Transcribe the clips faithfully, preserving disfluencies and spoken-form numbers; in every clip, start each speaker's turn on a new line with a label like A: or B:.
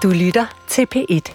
A: Du lytter til P et.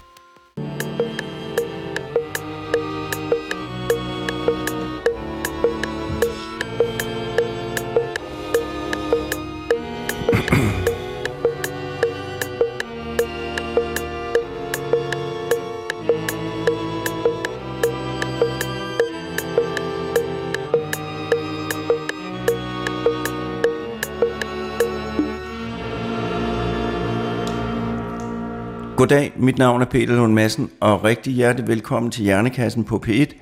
B: Goddag, mit navn er Peter Lund Madsen, og rigtig hjertelig velkommen til Hjernekassen på P et.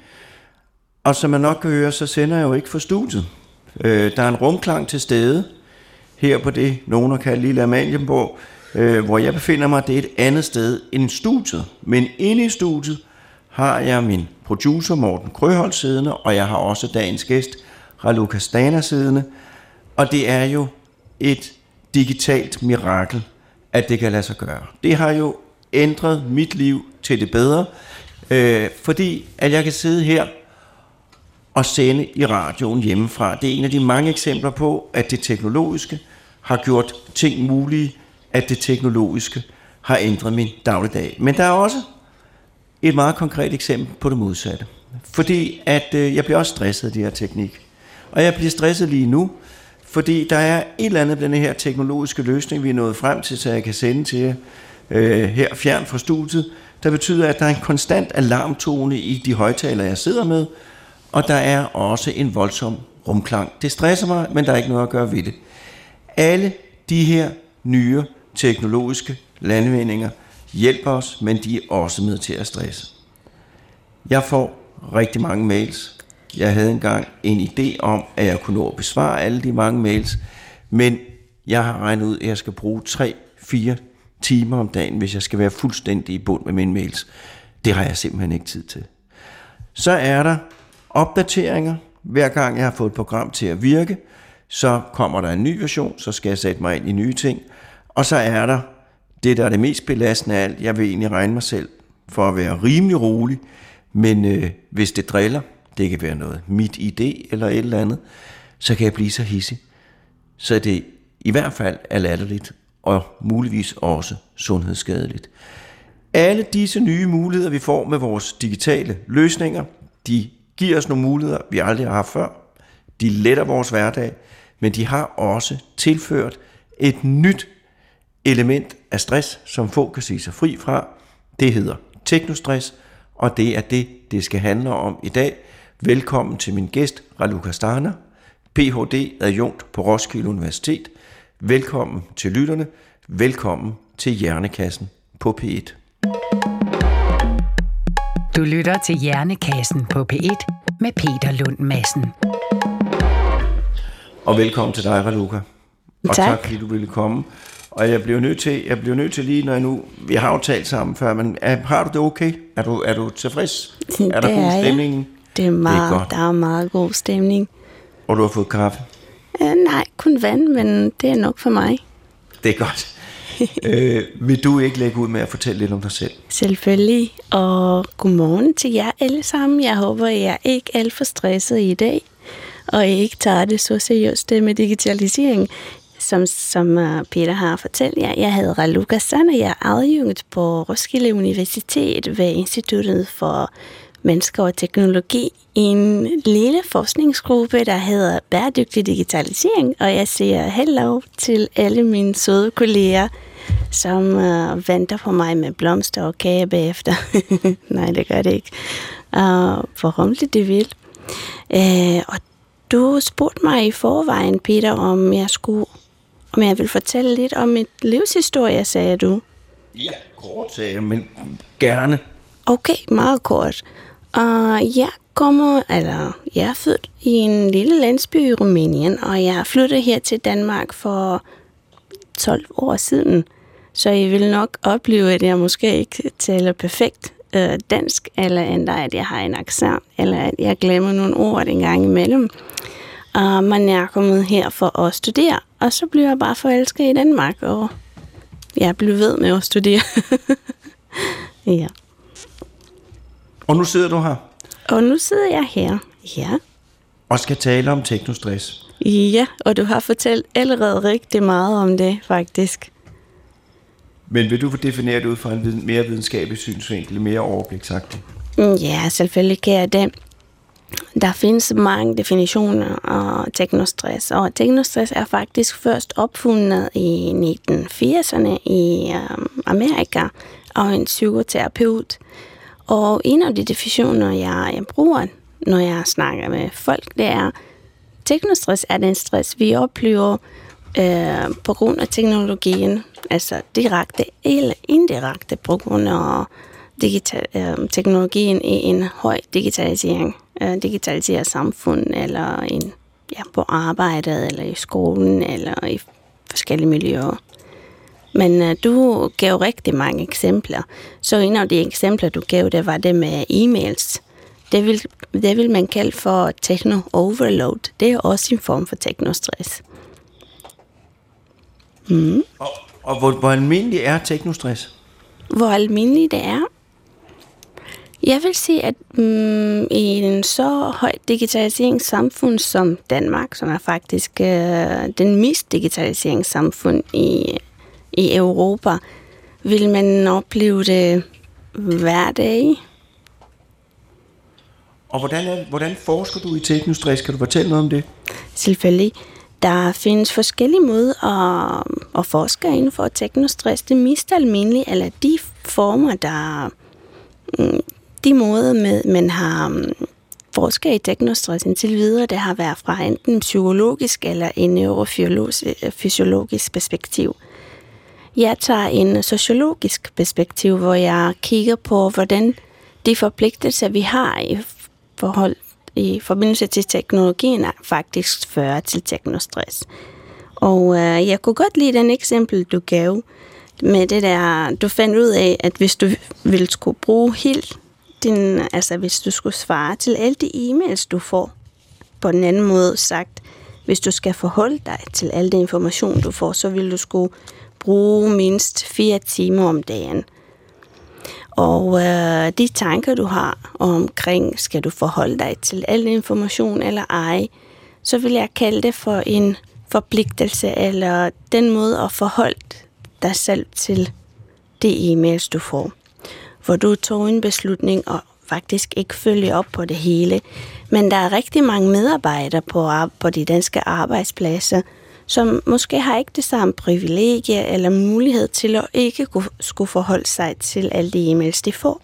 B: Og som man nok kan høre, så sender jeg jo ikke fra studiet. Øh, der er en rumklang til stede her på det, nogen har kaldt Lille Amalienborg, øh, hvor jeg befinder mig. Det er et andet sted end studiet. Men inde i studiet har jeg min producer Morten Krøholt siddende, og jeg har også dagens gæst, Raluca Stana siddende. Og det er jo et digitalt mirakel, at det kan lade sig gøre. Det har jo ændret mit liv til det bedre, øh, fordi at jeg kan sidde her og sende i radioen hjemmefra. Det er en af de mange eksempler på, at det teknologiske har gjort ting mulige, at det teknologiske har ændret min dagligdag. Men der er også et meget konkret eksempel på det modsatte. Fordi at øh, jeg bliver også stresset af det her teknik. Og jeg bliver stresset lige nu, fordi der er et eller andet på denne her teknologiske løsning, vi er nået frem til, så jeg kan sende til jer øh, her fjern fra studiet, der betyder, at der er en konstant alarmtone i de højtalere, jeg sidder med, og der er også en voldsom rumklang. Det stresser mig, men der er ikke noget at gøre ved det. Alle de her nye teknologiske landvindinger hjælper os, men de er også med til at stresse. Jeg får rigtig mange mails. Jeg havde engang en idé om, at jeg kunne nå at besvare alle de mange mails, men jeg har regnet ud, at jeg skal bruge tre fire timer om dagen, hvis jeg skal være fuldstændig i bund med mine mails. Det har jeg simpelthen ikke tid til. Så er der opdateringer. Hver gang jeg har fået et program til at virke, så kommer der en ny version, så skal jeg sætte mig ind i nye ting. Og så er der det, der er det mest belastende af alt. Jeg vil egentlig regne mig selv for at være rimelig rolig, men øh, hvis det driller, det kan være noget mit idé eller et eller andet, så kan jeg blive så hidsig, så det i hvert fald er latterligt og muligvis også sundhedsskadeligt. Alle disse nye muligheder, vi får med vores digitale løsninger, de giver os nogle muligheder, vi aldrig har haft før. De letter vores hverdag, men de har også tilført et nyt element af stress, som få kan sige sig fri fra. Det hedder teknostress, og det er det, det skal handle om i dag. Velkommen til min gæst, Raluca Stana, P H D-adjunkt på Roskilde Universitet. Velkommen til lytterne. Velkommen til Hjernekassen på P et.
A: Du lytter til Hjernekassen på P et med Peter Lund Madsen.
B: Og velkommen til dig, Raluca. Og tak. tak fordi du ville komme. Og jeg bliver nødt til, jeg bliver nødt til lige, når jeg nu, vi har jo talt sammen før, men er, har du det okay? Er du, er du tilfreds?
C: Det
B: er der god stemning?
C: Jeg. Det er meget, det er der er meget god stemning.
B: Og du har fået kaffe?
C: Uh, nej, kun vand, men det er nok for mig.
B: Det er godt. øh, vil du ikke lægge ud med at fortælle lidt om dig selv?
C: Selvfølgelig, og godmorgen til jer alle sammen. Jeg håber, jeg er ikke alt for stresset i dag, og jeg ikke tager det så seriøst med digitalisering. Som, som Peter har fortalt jer, jeg hedder Raluca Stana, jeg er adjunkt på Roskilde Universitet ved Instituttet for Mennesker og Teknologi i en lille forskningsgruppe, der hedder Bæredygtig Digitalisering, og jeg siger hello til alle mine søde kolleger, som uh, venter på mig med blomster og kage bagefter. Nej, det gør det ikke. Uh, forhåbentlig det vil. Uh, og du spurgte mig i forvejen, Peter, om jeg skulle om jeg vil fortælle lidt om mit livshistorie, sagde du.
B: Ja, kort sagde jeg, men gerne.
C: Okay, meget kort. Uh, jeg kommer, eller jeg er født i en lille landsby i Rumænien, og jeg flyttede her til Danmark for tolv år siden. Så I vil nok opleve, at jeg måske ikke taler perfekt uh, dansk, eller endda at jeg har en accent, eller at jeg glemmer nogle ord en gang imellem. Uh, men jeg er kommet her for at studere, og så bliver jeg bare forelsket i Danmark, og jeg bliver ved med at studere. Ja.
B: Og nu sidder du her?
C: Og nu sidder jeg her, ja.
B: Og skal tale om teknostress.
C: Ja, og du har fortalt allerede rigtig meget om det, faktisk.
B: Men vil du få defineret det ud fra en mere videnskabelig synsvinkel, mere overbliksagtig?
C: Ja, selvfølgelig kan jeg det. Der findes mange definitioner af teknostress, og teknostress er faktisk først opfundet i nitten firserne i Amerika af en psykoterapeut. Og en af de definitioner, jeg, jeg bruger, når jeg snakker med folk, det er, teknostress er den stress, vi oplever øh, på grund af teknologien, altså direkte eller indirekte på grund af digital, øh, teknologien i en høj digitalisering, øh, digitaliseret samfund, eller en, ja, på arbejdet, eller i skolen, eller i forskellige miljøer. Men øh, du gav rigtig mange eksempler. Så en af de eksempler, du gav, det var det med e-mails. Det vil, det vil man kalde for techno-overload. Det er også en form for teknostress. Mm.
B: Og, og hvor, hvor almindelig er teknostress?
C: Hvor almindelig det er? Jeg vil sige, at mm, i en så høj digitaliseringssamfund som Danmark, som er faktisk øh, den mest digitaliseringssamfund i, i Europa, vil man opleve det hver dag.
B: Og hvordan, er, hvordan forsker du i teknostress? Kan du fortælle noget om det?
C: Selvfølgelig. Der findes forskellige måder at, at forske inden for teknostress. Det mest almindelige, eller de former, der de måder, med, man har forsket i teknostress indtil videre, det har været fra enten psykologisk eller en neurofysiologisk perspektiv. Jeg tager en sociologisk perspektiv, hvor jeg kigger på, hvordan de forpligtelser, vi har i forhold i forbindelse til teknologien, faktisk fører til teknostress. Og øh, jeg kunne godt lide den eksempel, du gav med det der, du fandt ud af, at hvis du ville skulle bruge helt din, altså hvis du skulle svare til alle de e-mails, du får, på den anden måde sagt, hvis du skal forholde dig til alle de information, du får, så vil du skulle bruge mindst fire timer om dagen. Og øh, de tanker, du har omkring, skal du forholde dig til al information eller ej, så vil jeg kalde det for en forpligtelse, eller den måde at forholde dig selv til de e-mails, du får. Hvor du tog en beslutning og faktisk ikke følger op på det hele. Men der er rigtig mange medarbejdere på, på de danske arbejdspladser, som måske har ikke det samme privilegie eller mulighed til at ikke skulle forholde sig til alle de e-mails, de får.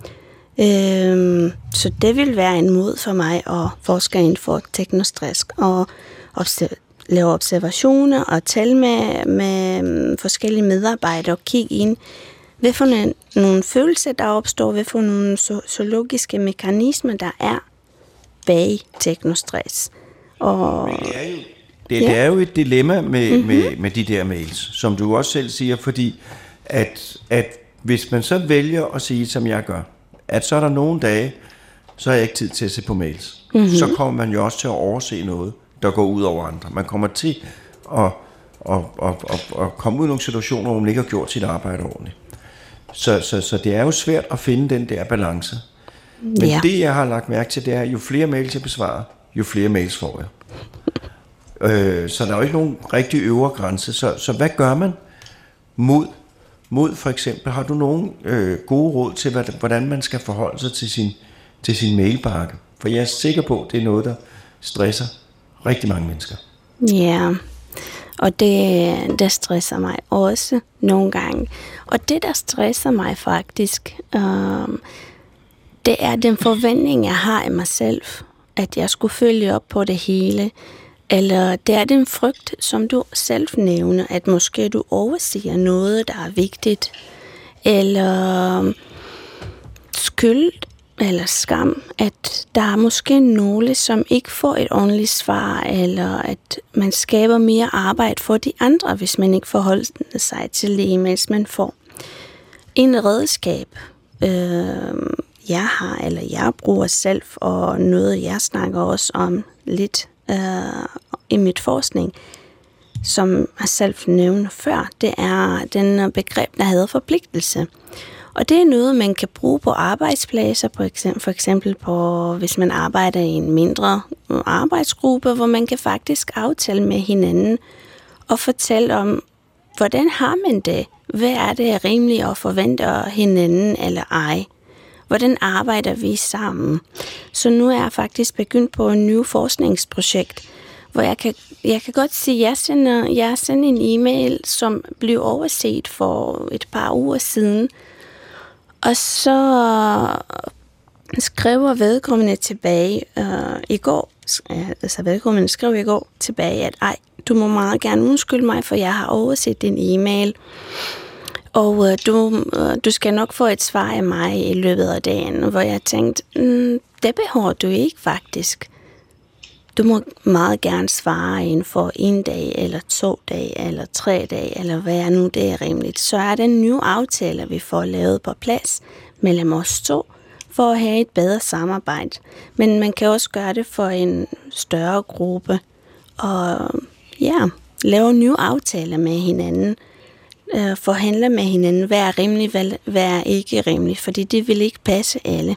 C: Øhm, så det vil være en mod for mig at forske inden for teknostress og observ- lave observationer og tale med, med forskellige medarbejdere og kigge ind, hvad for nogle, nogle følelser, der opstår, hvad for nogle zoologiske mekanismer, der er bag teknostress. Og
B: det er jo Det, ja. det er jo et dilemma med, mm-hmm. med, med de der mails, som du også selv siger, fordi at, at hvis man så vælger at sige, som jeg gør, at så er der nogle dage, så har jeg ikke tid til at se på mails. Mm-hmm. Så kommer man jo også til at overse noget, der går ud over andre. Man kommer til at, at, at, at, at komme ud i nogle situationer, hvor man ikke har gjort sit arbejde ordentligt. Så, så, så det er jo svært at finde den der balance. Men ja. det, jeg har lagt mærke til, det er, jo flere mails jeg besvarer, jo flere mails får jeg. Øh, så der er jo ikke nogen rigtig øvre grænse. Så, så hvad gør man mod, mod for eksempel? Har du nogle øh, gode råd til, hvordan man skal forholde sig til sin, til sin mailbakke? For jeg er sikker på, at det er noget, der stresser rigtig mange mennesker.
C: Ja, og det, det stresser mig også nogle gange. Og det, der stresser mig faktisk, øh, det er den forventning, jeg har i mig selv, at jeg skulle følge op på det hele. Eller det er den frygt, som du selv nævner, at måske du overser noget, der er vigtigt. Eller skyld eller skam, at der er måske nogle, som ikke får et ordentligt svar, eller at man skaber mere arbejde for de andre, hvis man ikke forholder sig til de e-mails, man får. En redskab, øh, jeg har, eller jeg bruger selv, og noget jeg snakker også om lidt øh, i mit forskning, som jeg selv nævnte før, det er den begreb, der hedder forpligtelse. Og det er noget, man kan bruge på arbejdspladser, på eksempel, for eksempel på, hvis man arbejder i en mindre arbejdsgruppe, hvor man kan faktisk aftale med hinanden og fortælle om, hvordan har man det? hvad er det rimeligt at forvente af hinanden eller ej? Hvordan arbejder vi sammen? Så nu er jeg faktisk begyndt på et nyt forskningsprojekt, hvor jeg kan, jeg kan godt sige, at jeg sender, jeg sender en e-mail, som blev overset for et par uger siden, og så skriver vedkommende tilbage øh, i går, altså vedkommende skrev i går tilbage, at ej, du må meget gerne undskylde mig, for jeg har overset din e-mail, og øh, du, øh, du skal nok få et svar af mig i løbet af dagen, hvor jeg tænkte, mm, det behøver du ikke faktisk. Du må meget gerne svare inden for en dag, eller to dage, eller tre dage, eller hvad nu det er rimeligt. Så er det en ny aftale, vi får lavet på plads mellem os to, for at have et bedre samarbejde. Men man kan også gøre det for en større gruppe, og ja, lave nye aftaler med hinanden, øh, forhandle med hinanden, hvad er rimeligt, hvad, hvad er ikke rimeligt, fordi det vil ikke passe alle.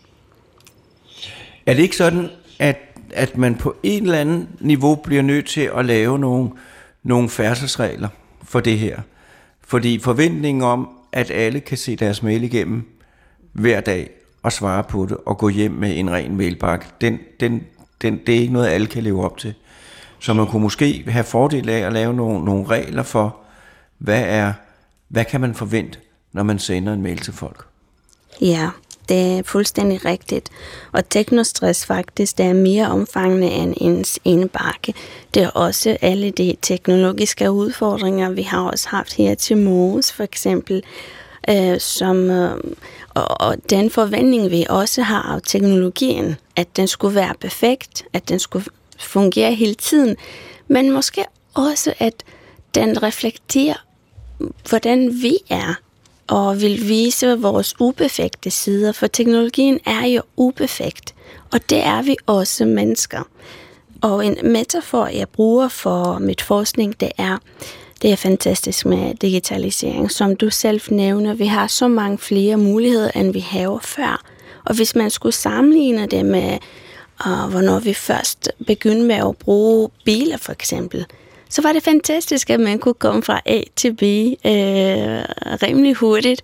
B: Er det ikke sådan, at at man på et eller andet niveau bliver nødt til at lave nogle, nogle færdselsregler for det her? Fordi forventningen om, at alle kan se deres mail igennem hver dag og svare på det og gå hjem med en ren mailbakke, den, den, den, det er ikke noget, alle kan leve op til. Så man kunne måske have fordel af at lave nogle, nogle regler for, hvad, er, hvad kan man forvente, når man sender en mail til folk?
C: Ja, det er fuldstændig rigtigt. Og teknostress faktisk, det er mere omfangende end ens indbakke. Det er også alle de teknologiske udfordringer, vi har også haft her til morges, for eksempel. Øh, som, øh, og, og den forventning, vi også har af teknologien, at den skulle være perfekt, at den skulle fungere hele tiden, men måske også, at den reflekterer, hvordan vi er, og vil vise vores uperfekte sider, for teknologien er jo uperfekt, og det er vi også mennesker. Og en metafor, jeg bruger for mit forskning, det er, det er fantastisk med digitalisering. Som du selv nævner, vi har så mange flere muligheder, end vi havde før. Og hvis man skulle sammenligne det med, uh, hvornår vi først begyndte med at bruge biler for eksempel, så var det fantastisk, at man kunne komme fra A til B øh, rimelig hurtigt.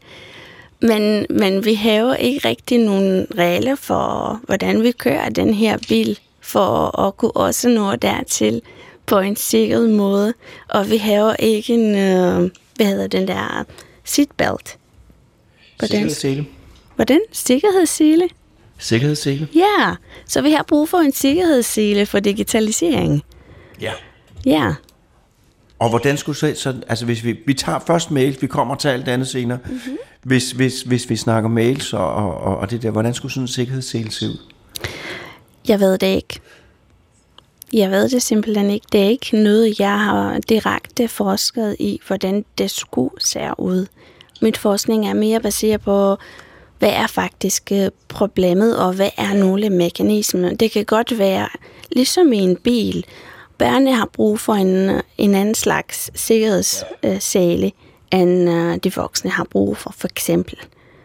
C: Men, men vi har ikke rigtig nogen regler for, hvordan vi kører den her bil, for at kunne også nå dertil på en sikker måde. Og vi har ikke en, øh, hvad hedder den der, seatbelt.
B: Sikkerhedssele.
C: Hvordan? Sikkerhedssele?
B: Sikkerhedssele.
C: Ja, så vi har brug for en sikkerhedssele for digitalisering.
B: Ja.
C: Ja.
B: Og hvordan skulle så, så altså hvis vi, vi tager først mails, vi kommer til alt andet senere, mm-hmm. hvis, hvis, hvis vi snakker mails og, og, og det der, hvordan skulle sådan en sikkerhedssele se ud?
C: Jeg ved det ikke. Jeg ved det simpelthen ikke. Det er ikke noget, jeg har direkte forsket i, hvordan det skulle se ud. Mit forskning er mere baseret på, hvad er faktisk problemet, og hvad er nogle mekanismer. Det kan godt være, ligesom i en bil, børnene har brug for en, en anden slags sikkerhedssele, end uh, de voksne har brug for, for eksempel.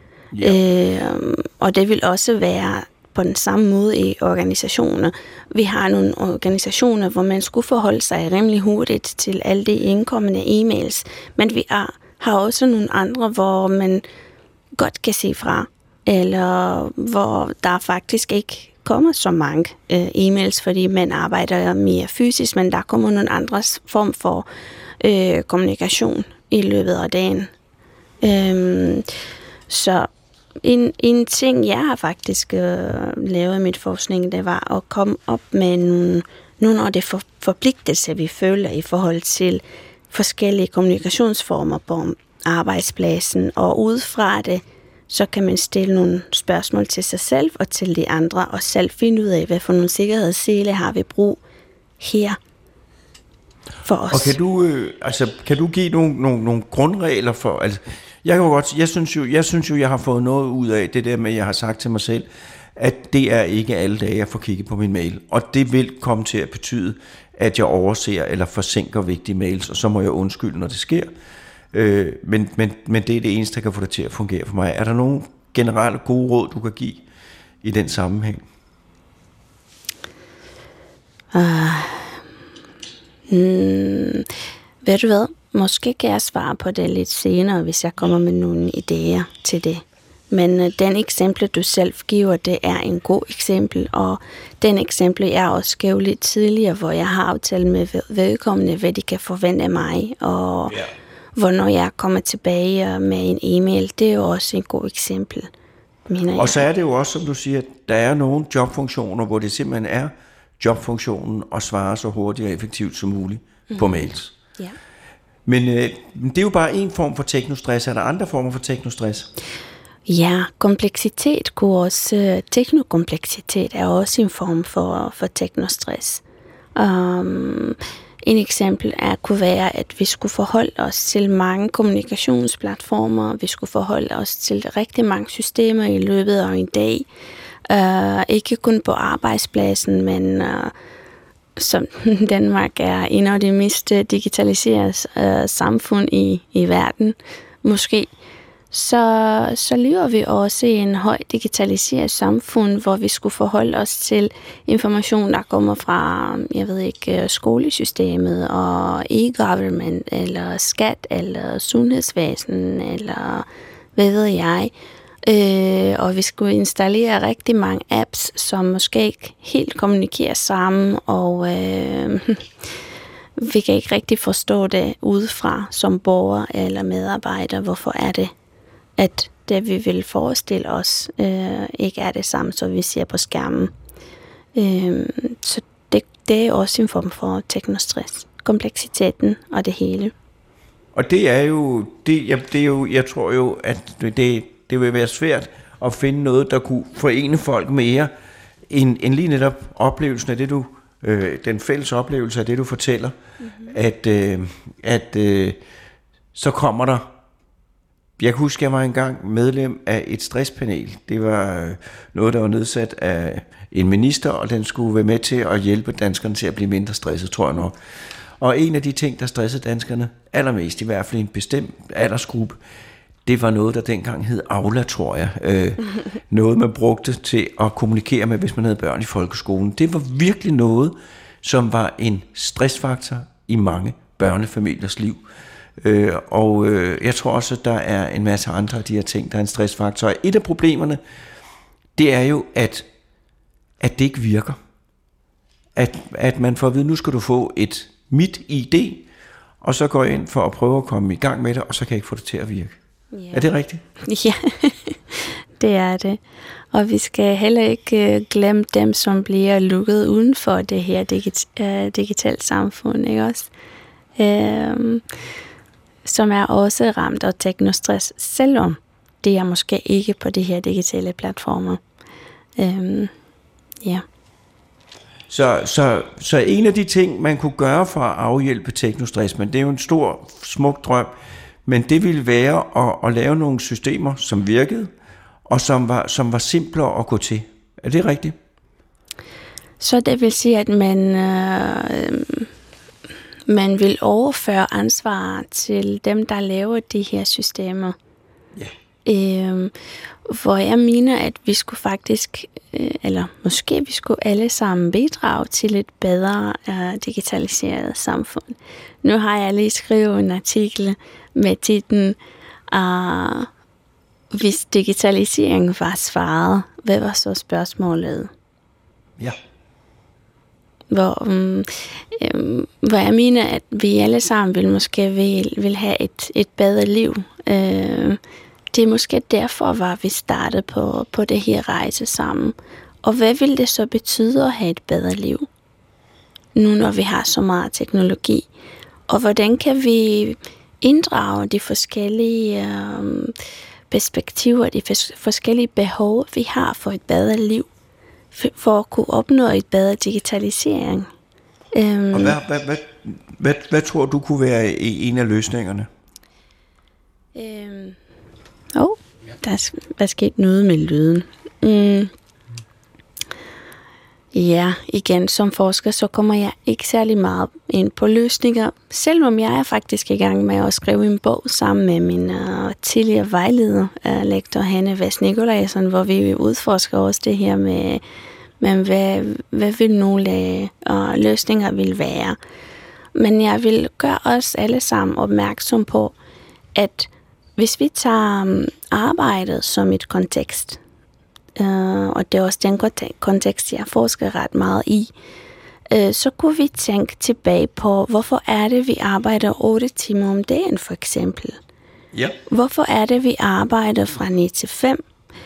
C: Ja. Øh, og det vil også være på den samme måde i organisationer. Vi har nogle organisationer, hvor man skulle forholde sig rimelig hurtigt til alle de indkommende e-mails, men vi er, har også nogle andre, hvor man godt kan se fra, eller hvor der faktisk ikke kommer så mange øh, e-mails, fordi man arbejder mere fysisk, men der kommer nogle andre form for øh, kommunikation i løbet af dagen. Øhm, så en, en ting, jeg har faktisk øh, lavet i mit forskning, det var at komme op med nogle, nogle af de for, forpligtelser, vi føler i forhold til forskellige kommunikationsformer på arbejdspladsen, og ud fra det, så kan man stille nogle spørgsmål til sig selv og til de andre, og selv finde ud af, hvad for nogle sikkerhedssele har vi brug her for os.
B: Og kan du, øh, altså, kan du give nogle, nogle, nogle grundregler for, altså, jeg kan jo godt, jeg synes jo, jeg synes jo, jeg har fået noget ud af det der med, jeg har sagt til mig selv, at det er ikke alle dage, jeg får kigget på min mail, og det vil komme til at betyde, at jeg overser eller forsinker vigtige mails, og så må jeg undskylde, når det sker. Øh, men, men, men det er det eneste, der kan få det til at fungere for mig. Er der nogle generelle gode råd, du kan give i den sammenhæng?
C: Uh, mm, ved du hvad? måske kan jeg svare på det lidt senere, hvis jeg kommer med nogle idéer til det. Men øh, den eksempel, du selv giver, det er en god eksempel, og den eksempel, jeg også gav lidt tidligere, hvor jeg har aftalt med vedkommende, hvad de kan forvente af mig, og yeah. hvornår jeg kommer tilbage med en e-mail, det er jo også en god eksempel, mener jeg.
B: Og så er det jo også, som du siger, der er nogle jobfunktioner, hvor det simpelthen er jobfunktionen at svare så hurtigt og effektivt som muligt mm. på mails.
C: Ja.
B: Men øh, det er jo bare en form for teknostress. Er der andre former for teknostress?
C: Ja, kompleksitet kunne også, teknokompleksitet er også en form for, for teknostress. Um, en eksempel er, kunne være, at vi skulle forholde os til mange kommunikationsplatformer, vi skulle forholde os til rigtig mange systemer i løbet af en dag. Uh, ikke kun på arbejdspladsen, men uh, som Danmark er en af de mest digitaliserede uh, samfund i, i verden, måske. Så, så lever vi også i en højt digitaliseret samfund, hvor vi skulle forholde os til information, der kommer fra, jeg ved ikke, skolesystemet og e-government, eller skat, eller sundhedsvæsen, eller hvad ved jeg. Øh, og vi skulle installere rigtig mange apps, som måske ikke helt kommunikerer sammen, og øh, vi kan ikke rigtig forstå det udefra som borger eller medarbejder. Hvorfor er det, at det vi vil forestille os, øh, ikke er det samme, som vi ser på skærmen. Øh, så det, det er også en form for teknostress. Kompleksiteten og det hele.
B: Og det er jo, det, jeg, det er jo, jeg tror jo, at det, det vil være svært at finde noget, der kunne forene folk mere, end, end lige netop oplevelsen af det, du, øh, den fælles oplevelse af det, du fortæller, mm-hmm. at, øh, at øh, så kommer der. Jeg kan huske, at jeg var engang medlem af et stresspanel. Det var noget, der var nedsat af en minister, og den skulle være med til at hjælpe danskerne til at blive mindre stresset, tror jeg nok. Og en af de ting, der stressede danskerne allermest, i hvert fald en bestemt aldersgruppe, det var noget, der dengang hed Aula, tror jeg. Øh, noget, man brugte til at kommunikere med, hvis man havde børn i folkeskolen. Det var virkelig noget, som var en stressfaktor i mange børnefamiliers liv. Øh, og øh, jeg tror også, at der er en masse andre af de her ting, der er en stressfaktor. Et af problemerne, det er jo, at, at det ikke virker. At, at man får at vide, nu skal du få et mit I D, og så går jeg ind for at prøve at komme i gang med det, og så kan jeg ikke få det til at virke. Ja. Er det rigtigt?
C: Ja, det er det. Og vi skal heller ikke glemme dem, som bliver lukket uden for det her digit- uh, digitale samfund, ikke også? Um, som er også ramt af teknostress, selvom det er måske ikke på de her digitale platformer. Um, ja.
B: Så, så, så en af de ting, man kunne gøre for at afhjælpe teknostress, men det er jo en stor, smuk drøm, men det ville være at, at lave nogle systemer, som virkede, og som var, som var simplere at gå til. Er det rigtigt?
C: Så det vil sige, at man, øh, man vil overføre ansvar til dem, der laver de her systemer. Ja. Øh, hvor jeg mener, at vi skulle faktisk, øh, eller måske vi skulle alle sammen bidrage til et bedre øh, digitaliseret samfund. Nu har jeg lige skrevet en artikel med titlen uh, hvis digitalisering var svaret, hvad var så spørgsmålet?
B: Ja.
C: Hvor, um, um, hvor jeg mener, at vi alle sammen vil måske vil, vil have et, et bedre liv. Uh, det er måske derfor, at vi startede på, på det her rejse sammen. Og hvad vil det så betyde at have et bedre liv? Nu når vi har så meget teknologi. Og hvordan kan vi inddrage de forskellige øh, perspektiver, de forskellige behov, vi har for et bedre liv, for at kunne opnå et bedre digitalisering. Um,
B: Og hvad, hvad, hvad, hvad, hvad tror du kunne være en af løsningerne?
C: Um, oh, der er, der er sket noget med lyden. Mm. Ja, igen, som forsker, så kommer jeg ikke særlig meget ind på løsninger, selvom jeg er faktisk i gang med at skrive en bog sammen med min uh, tidligere vejleder, uh, lektor Hanne Vest Nikolajsen, hvor vi udforsker også det her med, med hvad, hvad vil nogle uh, løsninger vil være. men jeg vil gøre os alle sammen opmærksom på, at hvis vi tager um, arbejdet som et kontekst, uh, og det er også den kontekst, jeg forsker ret meget i, uh, så kunne vi tænke tilbage på, hvorfor er det, vi arbejder otte timer om dagen, for eksempel.
B: Ja.
C: Hvorfor er det, vi arbejder fra ni til fem?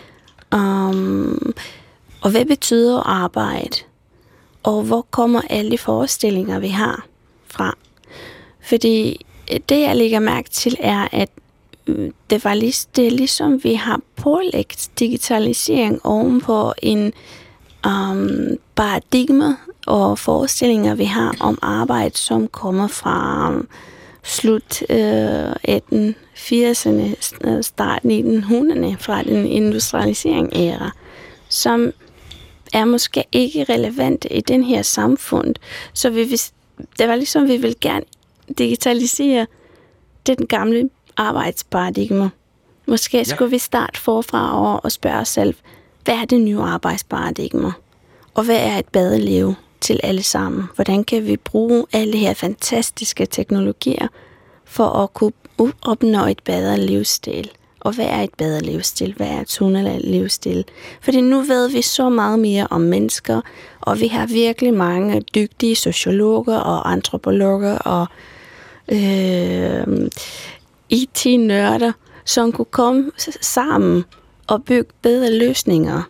C: Um, og hvad betyder arbejde? Og hvor kommer alle de forestillinger, vi har fra? Fordi det, jeg lægger mærke til, er, at det, var lig, det er ligesom, vi har pålægt digitalisering ovenpå en um, paradigme og forestillinger, vi har om arbejde, som kommer fra um, slut uh, atten firserne, start nitten hundrederne, fra den industrialisering-æra, som er måske ikke relevante i den her samfund. Så vi, det var ligesom, vi vil gerne digitalisere den gamle arbejdsparadigme. Måske ja. skulle vi starte forfra og, og spørge os selv, hvad er det nye arbejdsparadigme? Og hvad er et bedre liv til alle sammen? Hvordan kan vi bruge alle de her fantastiske teknologier for at kunne opnå et bedre livsstil? Og hvad er et bedre livsstil? Hvad er et sundere livsstil? Fordi nu ved vi så meget mere om mennesker, og vi har virkelig mange dygtige sociologer og antropologer og øh, I T-nørder, som kunne komme sammen og bygge bedre løsninger.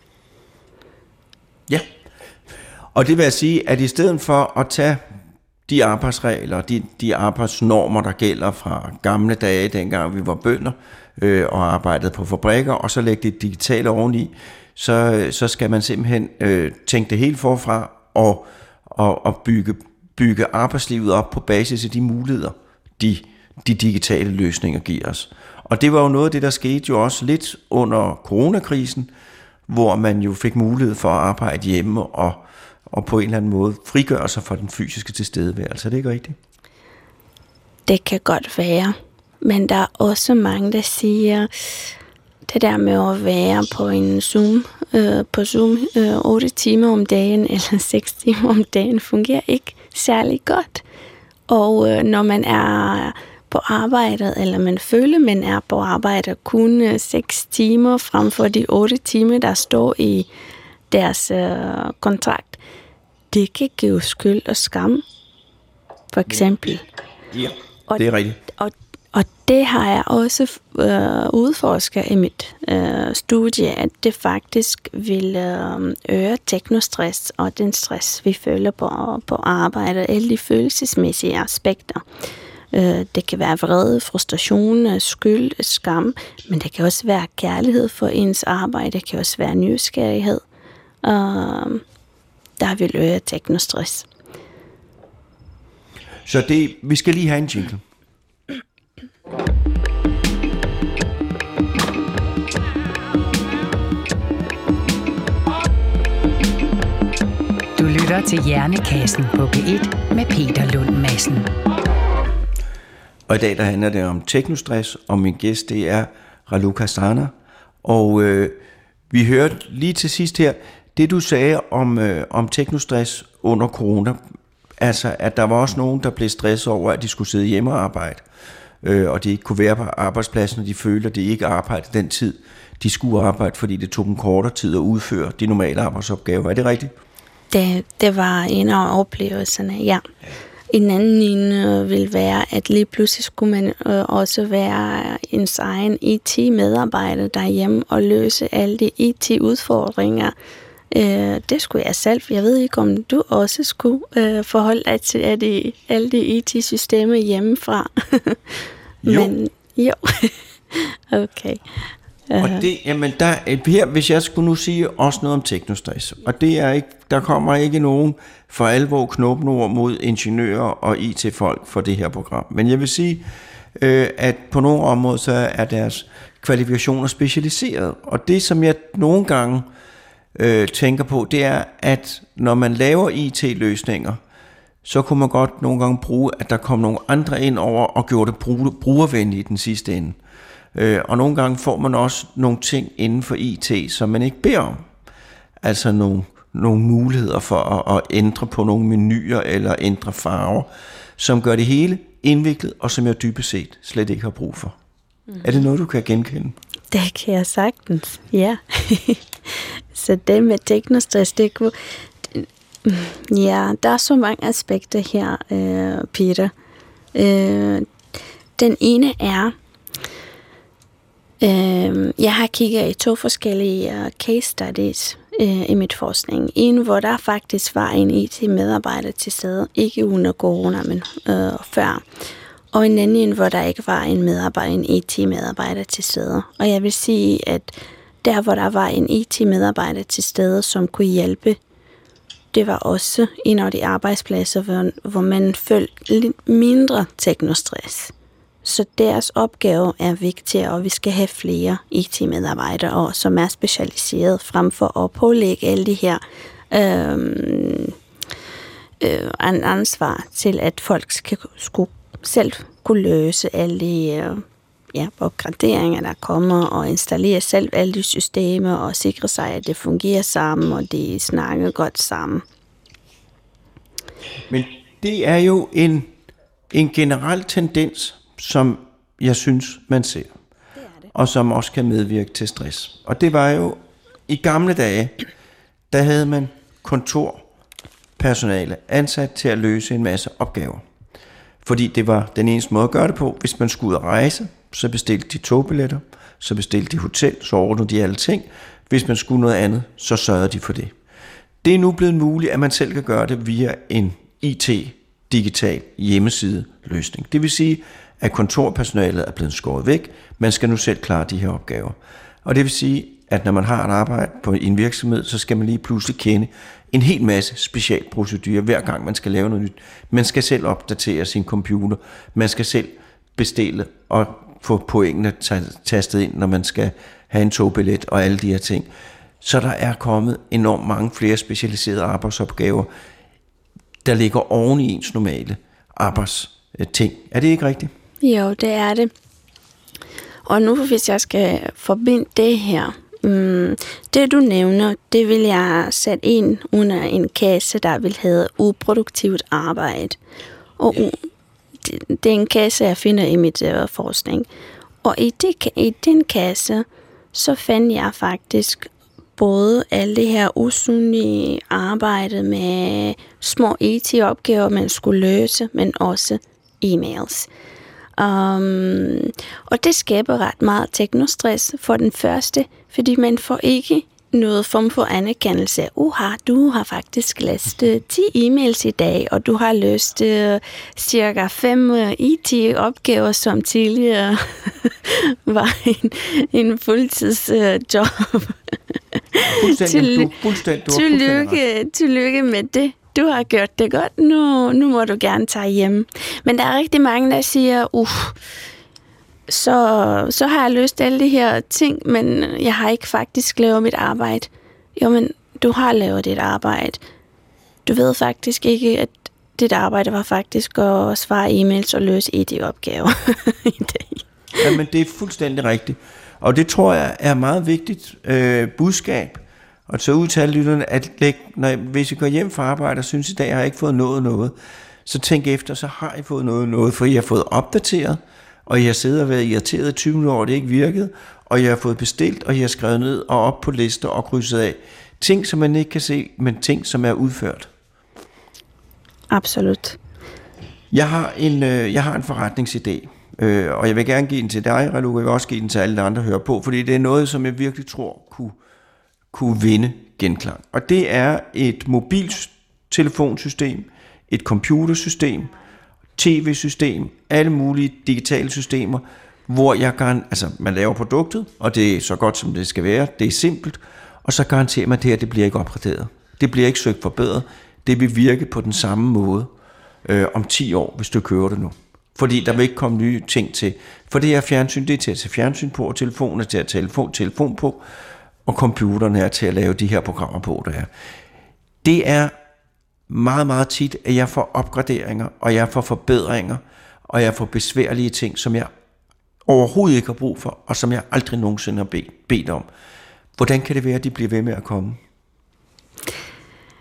B: Ja, og det vil jeg sige, at i stedet for at tage de arbejdsregler, de, de arbejdsnormer, der gælder fra gamle dage, dengang vi var bønder, øh, og arbejdede på fabrikker, og så lægge det digitale oveni, så, så skal man simpelthen øh, tænke det helt forfra og, og, og bygge, bygge arbejdslivet op på basis af de muligheder, de, de digitale løsninger giver os. Og det var jo noget af det, der skete jo også lidt under coronakrisen, hvor man jo fik mulighed for at arbejde hjemme og, og på en eller anden måde frigøre sig fra den fysiske tilstedeværelse. Er det ikke rigtigt?
C: Det kan godt være, men der er også mange, der siger, det der med at være på en Zoom, øh, på Zoom øh, otte timer om dagen eller seks timer om dagen fungerer ikke særlig godt. Og øh, når man er på arbejdet, eller man føler, man er på arbejde kun øh, seks timer frem for de otte timer, der står i deres øh, kontrakt, det kan give skyld og skam, for eksempel.
B: Ja, det er rigtigt.
C: Og, og det har jeg også øh, udforsket i mit øh, studie, at det faktisk vil øh, øre teknostress og den stress, vi føler på, på arbejdet, alle de følelsesmæssige aspekter. Øh, det kan være vrede, frustration, skyld, skam, men det kan også være kærlighed for ens arbejde, det kan også være nysgerrighed. Øh, der vil øre teknostress.
B: Så det, vi skal lige have en jingle.
A: Du lytter til Hjernekassen på P et med Peter Lund Madsen.
B: Og i dag der handler det om teknostress, og min gæst det er Raluca Strana. Og øh, vi hørte lige til sidst her, det du sagde om, øh, om teknostress under corona, altså at der var også nogen, der blev stresset over, at de skulle sidde hjemme og arbejde, øh, og de ikke kunne være på arbejdspladsen, og de følte, at de ikke arbejdede den tid, de skulle arbejde, fordi det tog dem kortere tid at udføre de normale arbejdsopgaver. Er det rigtigt?
C: Det, det var en af oplevelserne, ja. En anden en øh, vil være, at lige pludselig skulle man øh, også være ens egen I T-medarbejder derhjemme og løse alle de I T-udfordringer. Øh, det skulle jeg selv. Jeg ved ikke, om du også skulle øh, forholde dig til at de, alle de I T-systemer hjemmefra.
B: Jo.
C: Men, jo. Okay.
B: Og det, jamen der, her, hvis jeg skulle nu sige også noget om teknostress, og det er ikke, der kommer ikke nogen for alvor knopnord mod ingeniører og I T-folk for det her program. Men jeg vil sige, øh, at på nogle områder så er deres kvalifikationer specialiseret. Og det, som jeg nogle gange øh, tænker på, det er, at når man laver I T-løsninger, så kunne man godt nogle gange bruge, at der kom nogle andre ind over og gjorde det brugervenligt i den sidste ende. Øh, og nogle gange får man også nogle ting inden for I T, som man ikke beder om. Altså nogle, nogle muligheder for at, at ændre på nogle menuer eller ændre farver, som gør det hele indviklet, og som jeg dybest set slet ikke har brug for. Mm. Er det noget, du kan genkende?
C: Det kan jeg sagtens, ja. Så det med teknostress, det kunne... Ja, der er så mange aspekter her, øh, Peter. Øh, den ene er, øh, jeg har kigget i to forskellige uh, case studies øh, i mit forskning. En, hvor der faktisk var en I T-medarbejder til stede, ikke under corona, men øh, før. Og en anden, hvor der ikke var en medarbejder, en I T-medarbejder til stede. Og jeg vil sige, at der, hvor der var en I T-medarbejder til stede, som kunne hjælpe, det var også en af de arbejdspladser, hvor, hvor man følte lidt mindre teknostress. Så deres opgave er vigtig, og vi skal have flere I T-medarbejdere, som er specialiseret frem for at pålægge alle de her øh, øh, ansvar til, at folk skal skulle selv kunne løse alle de øh, ja, opgraderinger, der kommer, og installere selv alle de systemer, og sikre sig, at det fungerer sammen, og de snakker godt sammen.
B: Men det er jo en, en generel tendens, som jeg synes, man ser, det det. Og som også kan medvirke til stress. Og det var jo, i gamle dage, der havde man kontorpersonale ansat til at løse en masse opgaver. Fordi det var den eneste måde at gøre det på. Hvis man skulle ud og rejse, så bestilte de togbilletter, så bestilte de hotel, så ordnede de alle ting. Hvis man skulle noget andet, så sørgede de for det. Det er nu blevet muligt, at man selv kan gøre det via en I T-digital hjemmeside løsning. Det vil sige, at kontorpersonalet er blevet skåret væk. Man skal nu selv klare de her opgaver. Og det vil sige, at når man har et arbejde på en virksomhed, så skal man lige pludselig kende en hel masse specialprocedurer, hver gang man skal lave noget nyt. Man skal selv opdatere sin computer. Man skal selv bestille og få pointene tastet ind, når man skal have en togbillet og alle de her ting. Så der er kommet enormt mange flere specialiserede arbejdsopgaver, der ligger oven i ens normale arbejdsting. Er det ikke rigtigt?
C: Jo, det er det. Og nu hvis jeg skal forbinde det her, um, det du nævner, det vil jeg sætte ind under en kasse, der vil hedde uproduktivt arbejde. Og ja. det, det er en kasse, jeg finder i mit uh, forskning. Og i, det, i den kasse, så fandt jeg faktisk både alle det her usynlige arbejde med små I T-opgaver, man skulle løse, men også e-mails. Um, og det skaber ret meget teknostress for den første, fordi man får ikke noget form for anerkendelse. Uha, du har faktisk læst uh, ti e-mails i dag, og du har løst uh, cirka fem uh, I T-opgaver, som tidligere var en, en fuldtidsjob. Uh,
B: Fuldstændig. Du, fuldstændig. Du
C: tillykke, tillykke med det. Du har gjort det godt. Nu, nu må du gerne tage hjem. Men der er rigtig mange, der siger, uff, så, så har jeg løst alle de her ting, men jeg har ikke faktisk lavet mit arbejde. Jo, men du har lavet dit arbejde. Du ved faktisk ikke, at dit arbejde var faktisk at svare e-mails og løse I T-opgaver i dag.
B: Jamen, det er fuldstændig rigtigt. Og det tror jeg er meget vigtigt øh, budskab. Og så udtale lytterne, at læg, når, hvis I går hjem fra arbejde og synes, at i dag har jeg ikke fået nået noget, så tænk efter, så har I fået noget noget, for I har fået opdateret, og I har siddet og været irriteret i tyve minutter, og det ikke virkede, og I har fået bestilt, og I har skrevet ned og op på lister og krydset af. Ting, som man ikke kan se, men ting, som er udført.
C: Absolut.
B: Jeg har en, øh, jeg har en forretningsidé, øh, og jeg vil gerne give den til dig, Raluca, jeg vil også give den til alle de andre, der hører på, fordi det er noget, som jeg virkelig tror kunne kunne vinde genklang. Og det er et mobiltelefonsystem, et computersystem, tv-system, alle mulige digitale systemer, hvor jeg kan, altså man laver produktet, og det er så godt som det skal være, det er simpelt, og så garanterer man det her, det bliver ikke opgraderet. Det bliver ikke søgt forbedret. Det vil virke på den samme måde øh, om ti år, hvis du køber det nu. Fordi der vil ikke komme nye ting til. For det her fjernsyn, det er til at tage fjernsyn på, og telefonen er til at tage telefon, telefon på, og computeren er til at lave de her programmer på, der er. Det er meget, meget tit, at jeg får opgraderinger, og jeg får forbedringer, og jeg får besværlige ting, som jeg overhovedet ikke har brug for, og som jeg aldrig nogensinde har bedt, bedt om. Hvordan kan det være, at de bliver ved med at komme?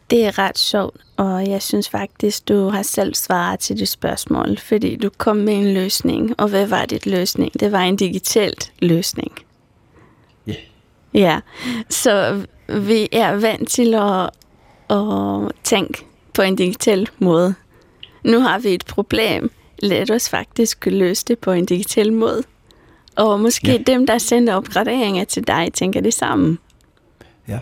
C: Det er ret sjovt, og jeg synes faktisk, du har selv svaret til det spørgsmål, fordi du kom med en løsning. Og hvad var dit løsning? Det var en digital løsning.
B: Ja. Yeah.
C: Ja, så vi er vant til at, at tænke på en digital måde. Nu har vi et problem. Lad os faktisk løse det på en digital måde. Og måske ja. dem, der sender opgraderinger til dig, tænker det samme.
B: Ja.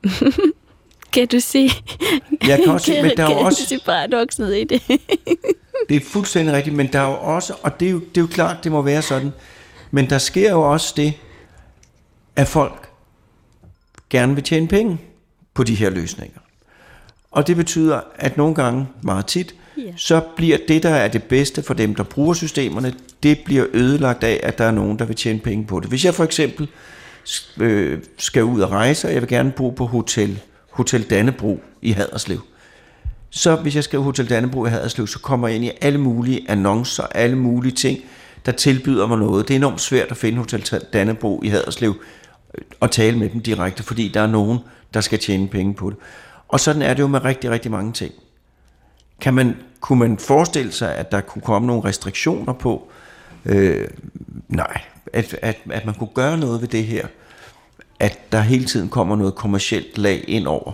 C: Kan du sige?
B: Jeg kan også
C: kan,
B: men der er
C: kan
B: også
C: sige paradokset i det.
B: Det er fuldstændig rigtigt, men der er jo også, og det er jo, det er jo klart, det må være sådan, men der sker jo også det, at folk gerne vil tjene penge på de her løsninger. Og det betyder, at nogle gange, meget tit, yeah. så bliver det, der er det bedste for dem, der bruger systemerne, det bliver ødelagt af, at der er nogen, der vil tjene penge på det. Hvis jeg for eksempel øh, skal ud og rejse, og jeg vil gerne bo på Hotel, Hotel Dannebro i Haderslev, så hvis jeg skal på Hotel Dannebro i Haderslev, så kommer jeg ind i alle mulige annoncer, alle mulige ting, der tilbyder mig noget. Det er enormt svært at finde Hotel Dannebro i Haderslev og tale med dem direkte, fordi der er nogen, der skal tjene penge på det. Og sådan er det jo med rigtig, rigtig mange ting. Kan man, kunne man forestille sig, at der kunne komme nogle restriktioner på? Øh, nej, at, at, at man kunne gøre noget ved det her. At der hele tiden kommer noget kommercielt lag ind over.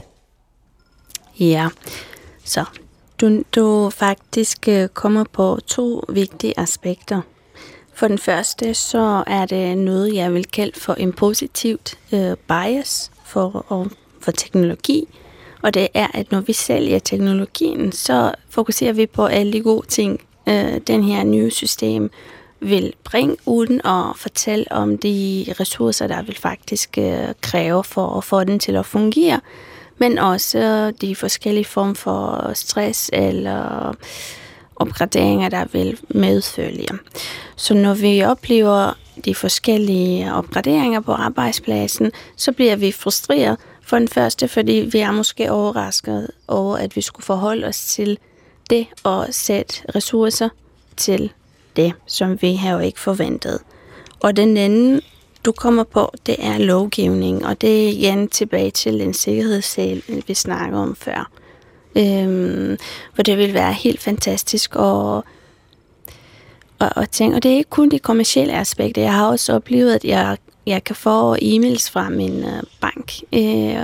C: Ja, så du, du faktisk kommer på to vigtige aspekter. For den første, så er det noget, jeg vil kalde for en positivt øh, bias for, for teknologi. Og det er, at når vi sælger teknologien, så fokuserer vi på alle de gode ting, øh, den her nye system vil bringe, uden at fortælle om de ressourcer, der vil faktisk øh, kræve for at få den til at fungere. Men også de forskellige former for stress eller opgraderinger, der vil medfølge. Så når vi oplever de forskellige opgraderinger på arbejdspladsen, så bliver vi frustreret. For den første, fordi vi er måske overrasket over, at vi skulle forholde os til det og sætte ressourcer til det, som vi har jo ikke forventet. Og den anden, du kommer på, det er lovgivning, og det er igen tilbage til en sikkerhedssel, vi snakker om før. Øhm, for det vil være helt fantastisk at, at, at tænke, og det er ikke kun de kommercielle aspekter. Jeg har også oplevet, at jeg, jeg kan få e-mails fra min uh, bank. Øh,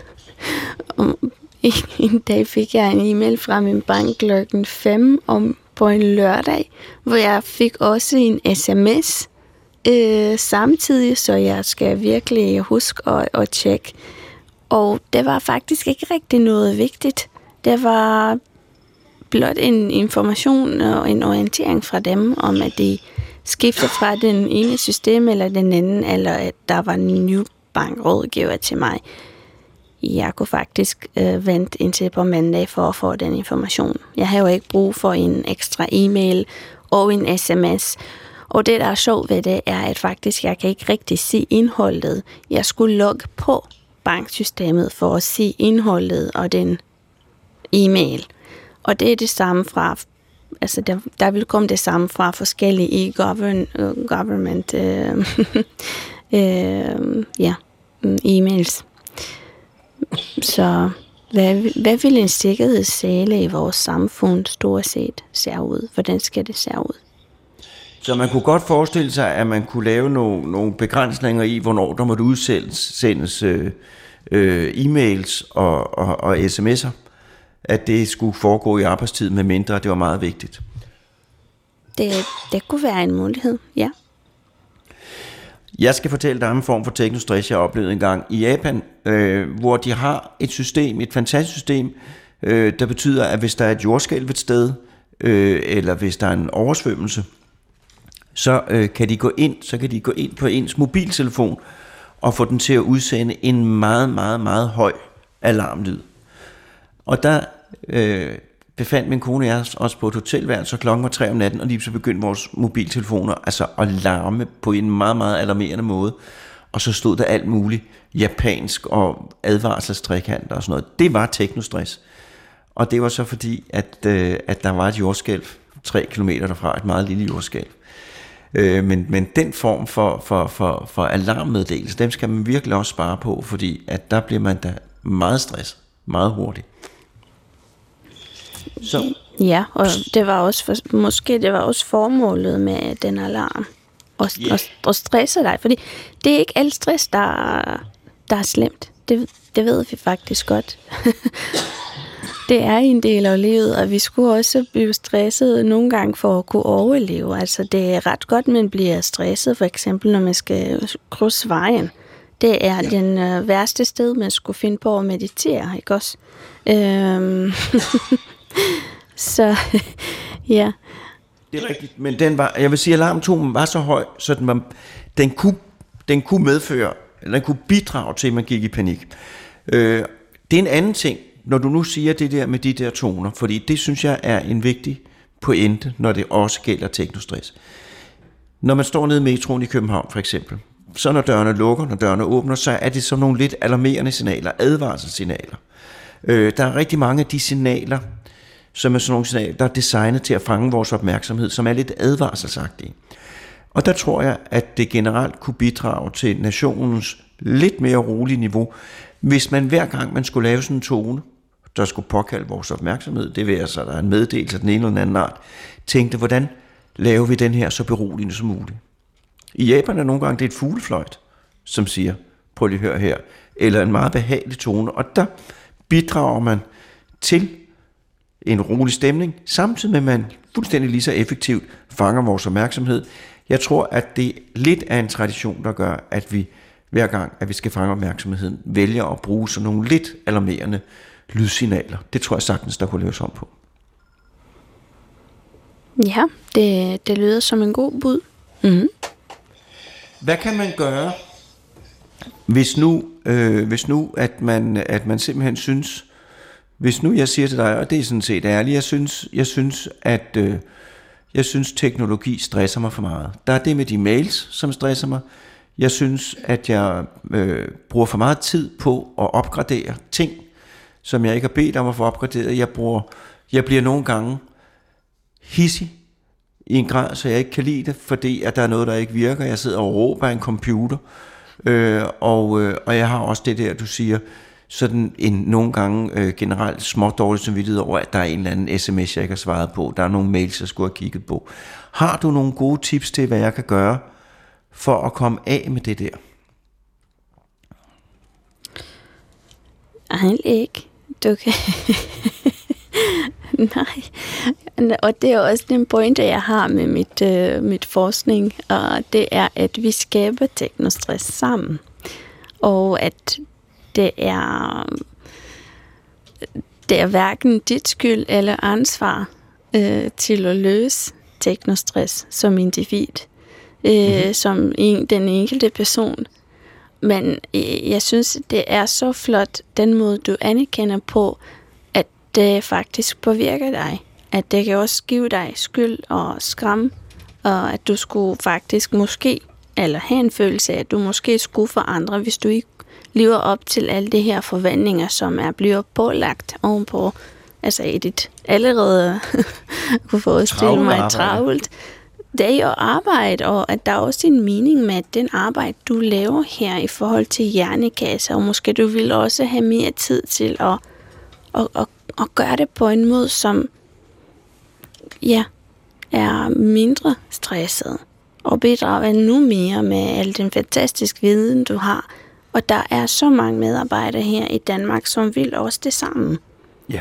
C: en dag fik jeg en e-mail fra min bank klokken fem om på en lørdag, hvor jeg fik også en sms øh, samtidig, så jeg skal virkelig huske at, at tjekke. Og det var faktisk ikke rigtig noget vigtigt. Det var blot en information og en orientering fra dem om, at de skifter fra den ene system eller den anden, eller at der var en ny bankrådgiver til mig. Jeg kunne faktisk øh, vente indtil på mandag for at få den information. Jeg har jo ikke brug for en ekstra e-mail og en sms. Og det, der er sjovt ved det, er, at faktisk jeg kan ikke rigtig se indholdet. Jeg skulle logge på banksystemet for at se indholdet og den e-mail. Og det er det samme fra, altså der, der vil komme det samme fra forskellige e-government øh, øh, ja, e-mails. Så hvad, hvad vil en sikkerhedssele i vores samfund stort set se ud? Hvordan skal det se ud?
B: Så man kunne godt forestille sig, at man kunne lave nogle, nogle begrænsninger i, hvornår der måtte udsendes øh, øh, e-mails og, og, og sms'er. At det skulle foregå i arbejdstid, med mindre det var meget vigtigt.
C: Det, det kunne være en mulighed, ja.
B: Jeg skal fortælle dig om en form for teknostress, jeg oplevede en gang i Japan, øh, hvor de har et system, et fantastisk system, øh, der betyder, at hvis der er et jordskælv et sted, øh, eller hvis der er en oversvømmelse, så øh, kan de gå ind, så kan de gå ind på ens mobiltelefon og få den til at udsende en meget, meget, meget høj alarmlyd. Og der øh, befandt min kone og jeg også på et hotelværelse, så klokken var tre om natten, og lige så begyndte vores mobiltelefoner altså at larme på en meget, meget alarmerende måde. Og så stod der alt muligt japansk og advarselstrikanter og sådan noget. Det var teknostress. Og det var så fordi, at, øh, at der var et jordskælv tre kilometer derfra, et meget lille jordskælv. Øh, men, men den form for, for, for, for alarmmeddelelse, dem skal man virkelig også spare på, fordi at der bliver man da meget stresset, meget hurtigt. Så.
C: Ja, og det var også for, måske det var også formålet med den alarm. Og, yeah. og, og stresse dig, fordi det er ikke alt stress, der, der er slemt. Det, det ved vi faktisk godt. Det er en del af livet, og vi skulle også blive stresset nogle gange for at kunne overleve. Altså, det er ret godt, man bliver stresset, for eksempel når man skal krydse vejen. Det er ja. den øh, værste sted, man skulle finde på at meditere, ikke også? Øhm. Så, ja.
B: Det er rigtigt, men den var, jeg vil sige, at alarmtonen var så høj, så den, var, den, kunne, den kunne medføre, eller den kunne bidrage til, at man gik i panik. Øh, det er en anden ting, når du nu siger det der med de der toner, fordi det synes jeg er en vigtig pointe, når det også gælder teknostress. Når man står nede i metroen i København for eksempel, så når dørene lukker, når dørene åbner, så er det sådan nogle lidt alarmerende signaler, advarselssignaler. Øh, der er rigtig mange af de signaler, som er sådan nogle signaler, der er designet til at fange vores opmærksomhed, som er lidt advarselsagtige. Og der tror jeg, at det generelt kunne bidrage til nationens lidt mere rolige niveau, hvis man hver gang man skulle lave sådan en tone, der skulle påkalde vores opmærksomhed, det vil altså, der er en meddelelse af den ene eller den anden art, tænkte, hvordan laver vi den her så beroligende som muligt. I Japan er nogle gange det er et fuglefløjt, som siger, prøv lige at høre her, eller en meget behagelig tone, og der bidrager man til en rolig stemning, samtidig med, at man fuldstændig lige så effektivt fanger vores opmærksomhed. Jeg tror, at det lidt er en tradition, der gør, at vi hver gang, at vi skal fange opmærksomheden, vælger at bruge sådan nogle lidt alarmerende lydsignaler. Det tror jeg sagtens, der kunne laves om på.
C: Ja, det, det lyder som en god bud. Mm-hmm.
B: Hvad kan man gøre, hvis nu, øh, hvis nu at, man, at man simpelthen synes, hvis nu jeg siger til dig, og det er sådan set ærligt, jeg synes, jeg synes at øh, jeg synes, teknologi stresser mig for meget. Der er det med de mails, som stresser mig. Jeg synes, at jeg øh, bruger for meget tid på at opgradere ting, som jeg ikke har bedt om at få opgraderet. Jeg, bruger, jeg bliver nogle gange hissig i en grad, så jeg ikke kan lide det, fordi at der er noget, der ikke virker. Jeg sidder og råber af en computer, øh, og, øh, og jeg har også det der, du siger, sådan en nogle gange øh, generelt småt dårlig samvittighed over, at der er en eller anden sms, jeg ikke har svaret på. Der er nogle mails, jeg skulle have kigget på. Har du nogle gode tips til, hvad jeg kan gøre for at komme af med det der?
C: Ej, ikke. Du kan... Nej. Og det er også den pointe, jeg har med mit, øh, mit forskning, og det er, at vi skaber teknostress sammen. Og at det er, det er hverken dit skyld eller ansvar øh, til at løse teknostress som individ, øh, mm-hmm. som en, den enkelte person. Men øh, jeg synes, det er så flot, den måde, du anerkender på, at det faktisk påvirker dig. At det kan også give dig skyld og skam, og at du skulle faktisk måske, eller have en følelse af, at du måske skulle forandre, hvis du ikke lever op til alle de her forventninger, som er blevet pålagt ovenpå, altså i dit allerede kunne forestille mig travlt. Det er jo arbejde, og at der er også en mening med den arbejde, du laver her i forhold til hjernekasse, og måske du vil også have mere tid til at, at, at, at gøre det på en måde, som ja, er mindre stresset, og bidrager endnu mere med al den fantastiske viden, du har. Og der er så mange medarbejdere her i Danmark, som vil også det samme.
B: Ja.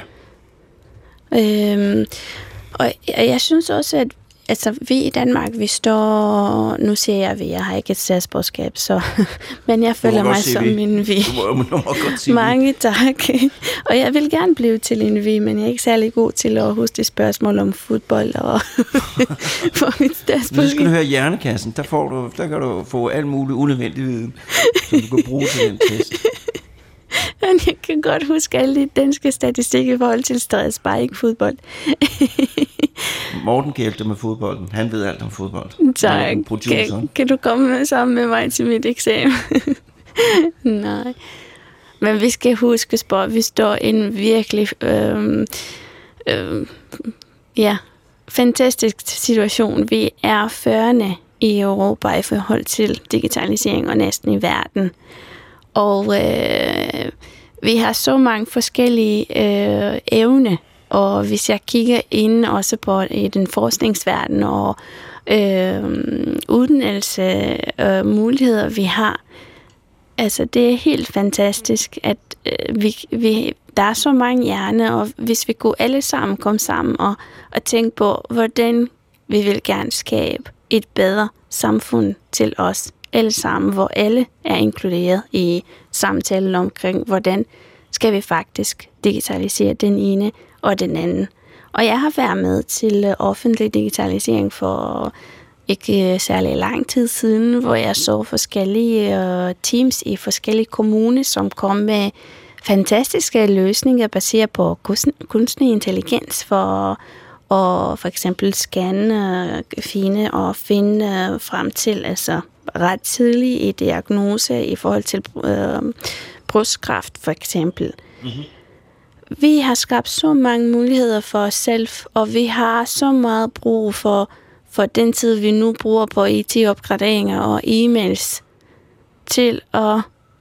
C: Øhm, og jeg synes også, at altså, vi i Danmark, vi står... Nu siger jeg, at jeg har ikke et statsborgerskab, så... men jeg føler mig som vi. en vi.
B: Du må, du må godt sige
C: Mange tak. Og jeg vil gerne blive til en vi, men jeg er ikke særlig god til at huske det spørgsmål om fodbold og for mit statsborgerskab.
B: Nu skal du høre Hjernekassen. Der, får du, der kan du få alt muligt unødvendig viden, som du kan bruge til den test.
C: Men jeg kan godt huske alle de danske statistikker i forhold til stress, bare ikke fodbold.
B: Morten kan hjælpe dig med fodbolden. Han ved alt om fodbold.
C: Tak. Kan, kan du komme sammen med mig til mit eksamen? Nej. Men vi skal huske, at vi står i en virkelig øh, øh, ja, fantastisk situation. Vi er førende i Europa i forhold til digitalisering og næsten i verden. Og øh, vi har så mange forskellige øh, evne Og hvis jeg kigger ind også på i den forskningsverden og øh, uddannelse og muligheder, vi har, altså det er helt fantastisk, at øh, vi, vi, der er så mange hjerner, og hvis vi kunne alle sammen komme sammen og, og tænke på, hvordan vi vil gerne skabe et bedre samfund til os alle sammen, hvor alle er inkluderet i samtalen omkring, hvordan skal vi faktisk digitalisere den ene og den anden. Og jeg har været med til offentlig digitalisering for ikke særlig lang tid siden, hvor jeg så forskellige teams i forskellige kommuner, som kom med fantastiske løsninger baseret på kunstig intelligens for at for eksempel scanne, finde og finde frem til altså ret tidlig i diagnose i forhold til øh, brystkræft for eksempel. Mm-hmm. Vi har skabt så mange muligheder for os selv, og vi har så meget brug for, for den tid, vi nu bruger på I T-opgraderinger og e-mails, til at,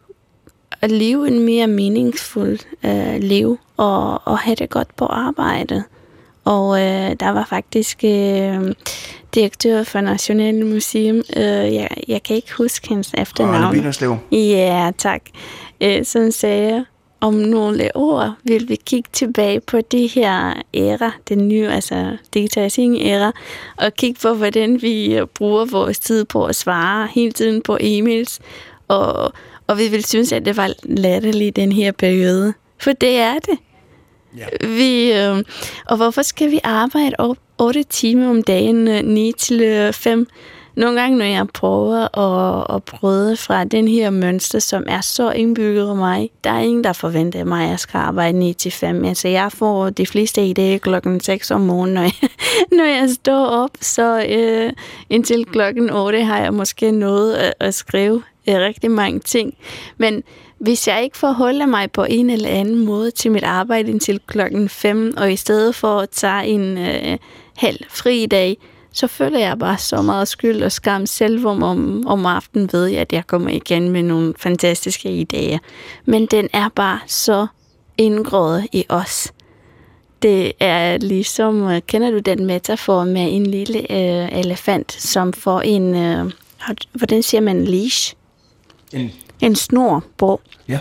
C: at leve en mere meningsfuld øh, liv og, og have det godt på arbejdet. Og øh, der var faktisk øh, direktør for Nationale Museum, øh, jeg, jeg kan ikke huske hendes efternavn.
B: Arne Wienerslev.
C: Ja, tak. Øh, som sagde, om nogle år vil vi kigge tilbage på det her æra, den nye, altså digitalisering-æra, og kigge på, hvordan vi bruger vores tid på at svare hele tiden på e-mails, og, og vi vil synes, at det var latterligt den her periode. For det er det. Ja. Vi, øh, og hvorfor skal vi arbejde otte timer om dagen, ni til fem? Nogle gange, når jeg prøver at, at bryde fra den her mønster, som er så indbygget af mig, der er ingen, der forventer mig, at jeg skal arbejde ni til fem. Altså, jeg får de fleste i dag klokken seks om morgenen, når jeg, når jeg står op, så øh, indtil klokken otte har jeg måske noget at, at skrive øh, rigtig mange ting. Men hvis jeg ikke forholder mig på en eller anden måde til mit arbejde indtil klokken fem, og i stedet for at tage en øh, halv fri dag, så føler jeg bare så meget skyld og skam selv om, om, om aftenen ved jeg, at jeg kommer igen med nogle fantastiske idéer. Men den er bare så indgroet i os. Det er ligesom, kender du den metafor med en lille øh, elefant, som får en, øh, hvordan siger man, leash? En, en snor på.
B: Ja.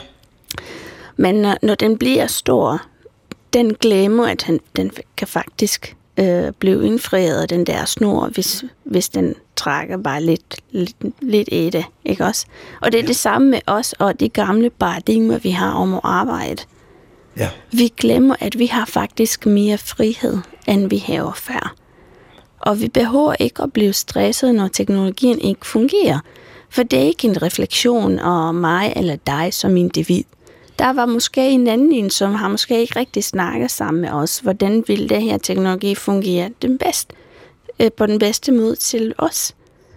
C: Men når, når den bliver stor, den glemmer, at han, den kan faktisk øh, blive indfriet af den der snor, hvis, hvis den trækker bare lidt, lidt, lidt i det, ikke også? Og det er ja. det samme med os og de gamle paradigmer, vi har om at arbejde.
B: Ja.
C: Vi glemmer, at vi har faktisk mere frihed, end vi havde før. Og vi behøver ikke at blive stresset, når teknologien ikke fungerer. For det er ikke en refleksion af mig eller dig som individ. Der var måske en anden en, som har måske ikke rigtig snakket sammen med os. Hvordan vil det her teknologi fungere den bedste, øh, på den bedste måde til os?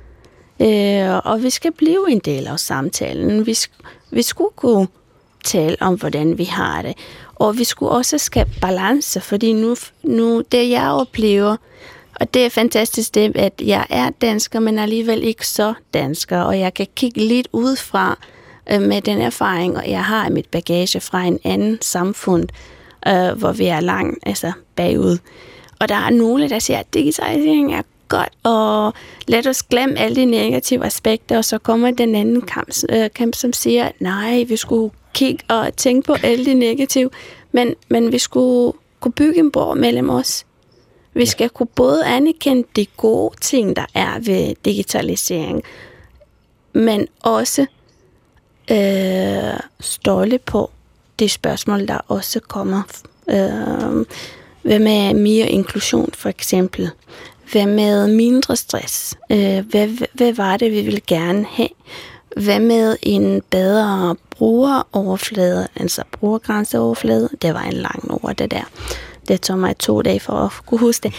C: Øh, og vi skal blive en del af samtalen. Vi, sk- vi skulle kunne tale om, hvordan vi har det. Og vi skulle også skabe balance, fordi nu, nu det jeg oplever, og det er fantastisk, det, at jeg er dansker, men alligevel ikke så dansker, og jeg kan kigge lidt udefra øh, med den erfaring, og jeg har mit bagage fra en anden samfund, øh, hvor vi er langt altså bagud. Og der er nogle, der siger, at digitalisering er godt, og lad os glemme alle de negative aspekter, og så kommer den anden kamp, øh, kamp som siger, nej, vi skulle kigge og tænke på alle de negative, men, men vi skulle kunne bygge en bro mellem os. Vi skal kunne både anerkende de gode ting, der er ved digitalisering, men også øh, stole på de spørgsmål, der også kommer. Øh, hvad med mere inklusion, for eksempel? Hvad med mindre stress? Øh, hvad, hvad var det, vi ville gerne have? Hvad med en bedre brugeroverflade, altså brugergrænseoverflade? Det var en lang ord, det der. Det tog mig to dage for at kunne huske det.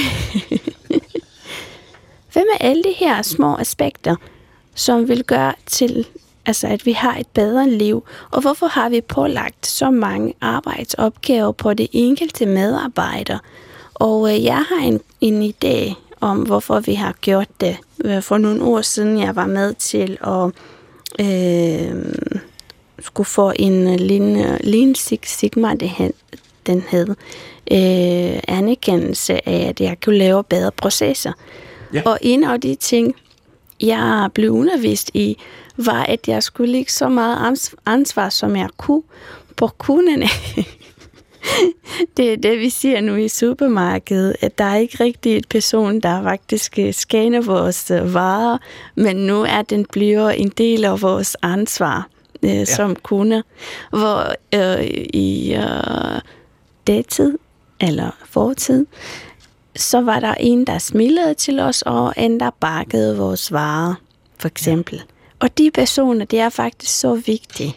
C: Hvad med alle de her små aspekter, som vil gøre til, altså at vi har et bedre liv? Og hvorfor har vi pålagt så mange arbejdsopgaver på de enkelte medarbejdere? Og øh, jeg har en, en idé om, hvorfor vi har gjort det. For nogle år siden, jeg var med til at øh, skulle få en Lean Six Sigma, det, den hed øh, anerkendelse af, at jeg kunne lave bedre processer. Ja. Og en af de ting, jeg blev undervist i, var, at jeg skulle lægge så meget ansvar, som jeg kunne, på kunderne. Det er det, vi siger nu i supermarkedet, at der er ikke rigtig et person, der faktisk scanner vores varer, men nu er den bliver en del af vores ansvar øh, ja. som kunder. Hvor øh, i øh, datid eller fortid, så var der en, der smilede til os, og en, der bakkede vores varer, for eksempel. Ja. Og de personer, det er faktisk så vigtige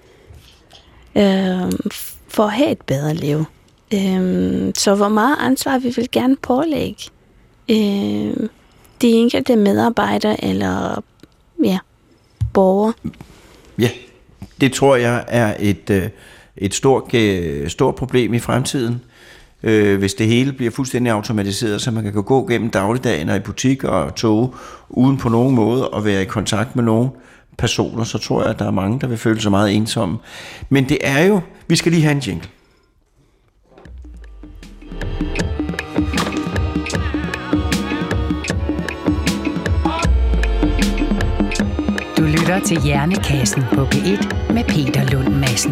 C: øh, for at have et bedre liv. Øh, så hvor meget ansvar vi vil gerne pålægge øh, de enkelte medarbejdere eller ja, borgere.
B: Ja, det tror jeg er et, et stort, stort problem i fremtiden. Øh, hvis det hele bliver fuldstændig automatiseret, så man kan gå gennem dagligdagen og i butikker og tog, uden på nogen måde at være i kontakt med nogen personer, så tror jeg, at der er mange, der vil føle sig meget ensomme. Men det er jo, vi skal lige have en jingle.
A: Du lytter til Hjernekassen på P et med Peter Lund Madsen.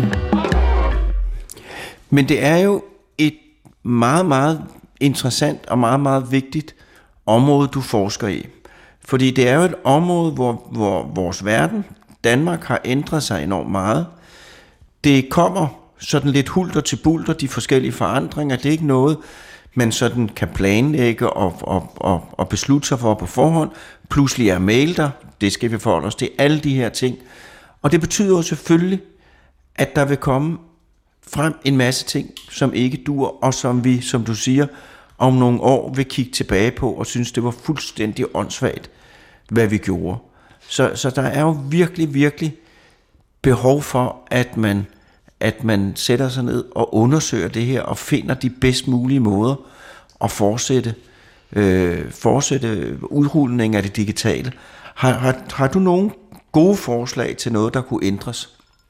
B: Men det er jo et meget, meget interessant og meget, meget vigtigt område, du forsker i. Fordi det er jo et område, hvor, hvor vores verden, Danmark, har ændret sig enormt meget. Det kommer sådan lidt hulter til bulter, de forskellige forandringer. Det er ikke noget, man sådan kan planlægge og, og, og, og beslutte sig for på forhånd. Pludselig er mail der, det skal vi forholde os til, alle de her ting. Og det betyder jo selvfølgelig, at der vil komme frem en masse ting, som ikke dur, og som vi, som du siger, om nogle år vil kigge tilbage på, og synes, det var fuldstændig åndssvagt, hvad vi gjorde. Så, så der er jo virkelig, virkelig behov for, at man, at man sætter sig ned og undersøger det her, og finder de bedst mulige måder at fortsætte, øh, fortsætte udrulningen af det digitale. Har, har, har du nogle gode forslag til noget, der kunne ændres?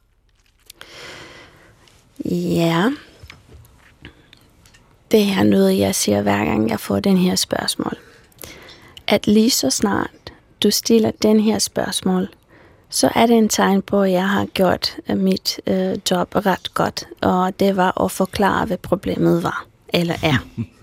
C: Ja, det er noget, jeg siger hver gang, jeg får den her spørgsmål. At lige så snart du stiller den her spørgsmål, så er det en tegn på, at jeg har gjort mit øh, job ret godt, og det var at forklare, hvad problemet var, eller er.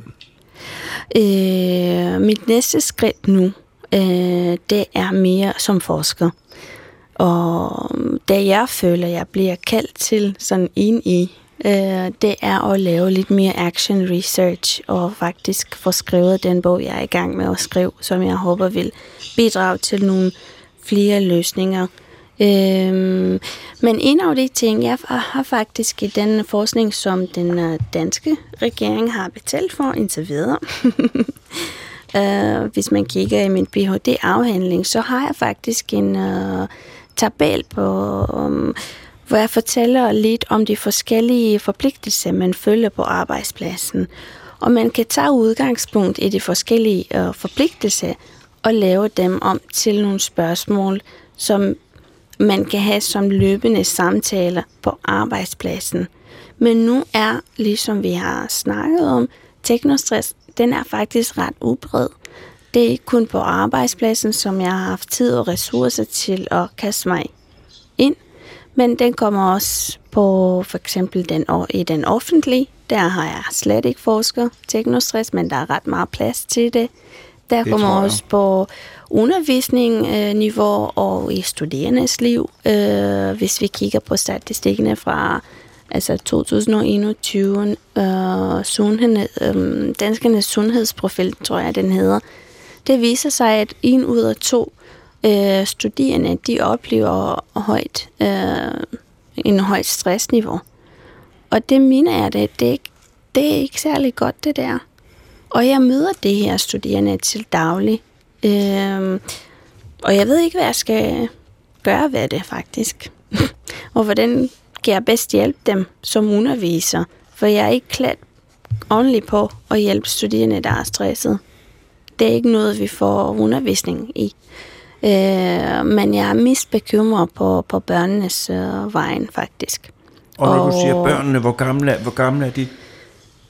C: øh, mit næste skridt nu, øh, det er mere som forsker. Og det jeg føler, jeg bliver kaldt til sådan ind i, øh, det er at lave lidt mere action research og faktisk få skrevet den bog, jeg er i gang med at skrive, som jeg håber vil bidrage til nogle flere løsninger. Øh, men en af de ting, jeg har faktisk i den forskning, som den danske regering har betalt for indtil videre, øh, hvis man kigger i min P H D-afhandling, så har jeg faktisk en øh, tabel på, um, hvor jeg fortæller lidt om de forskellige forpligtelser, man følger på arbejdspladsen. Og man kan tage udgangspunkt i de forskellige uh, forpligtelser og lave dem om til nogle spørgsmål, som man kan have som løbende samtaler på arbejdspladsen. Men nu er, ligesom vi har snakket om, teknostress, den er faktisk ret ubred. Det er ikke kun på arbejdspladsen, som jeg har haft tid og ressourcer til at kaste mig ind, men den kommer også på for eksempel den, i den offentlige. Der har jeg slet ikke forsket teknostress, men der er ret meget plads til det. Der det kommer også på undervisningsniveau og i studerendes liv. Øh, hvis vi kigger på statistikkerne fra altså to tusind og enogtyve, øh, sundhed, øh, danskernes sundhedsprofil, tror jeg, den hedder. Det viser sig, at en ud af to øh, studerende, de oplever højt, øh, en højt stressniveau. Og det mener jeg, det, det, det er ikke særlig godt, det der. Og jeg møder det her studerende til daglig. Øh, og jeg ved ikke, hvad jeg skal gøre ved det, faktisk. Og hvordan kan jeg bedst hjælpe dem som underviser? For jeg er ikke klædt ordentligt på at hjælpe studerende, der er stresset. Det er ikke noget, vi får undervisning i. Øh, men jeg er mest bekymret på, på børnenes øh, vejen, faktisk.
B: Og når og, du siger børnene, hvor gamle, hvor gamle er de?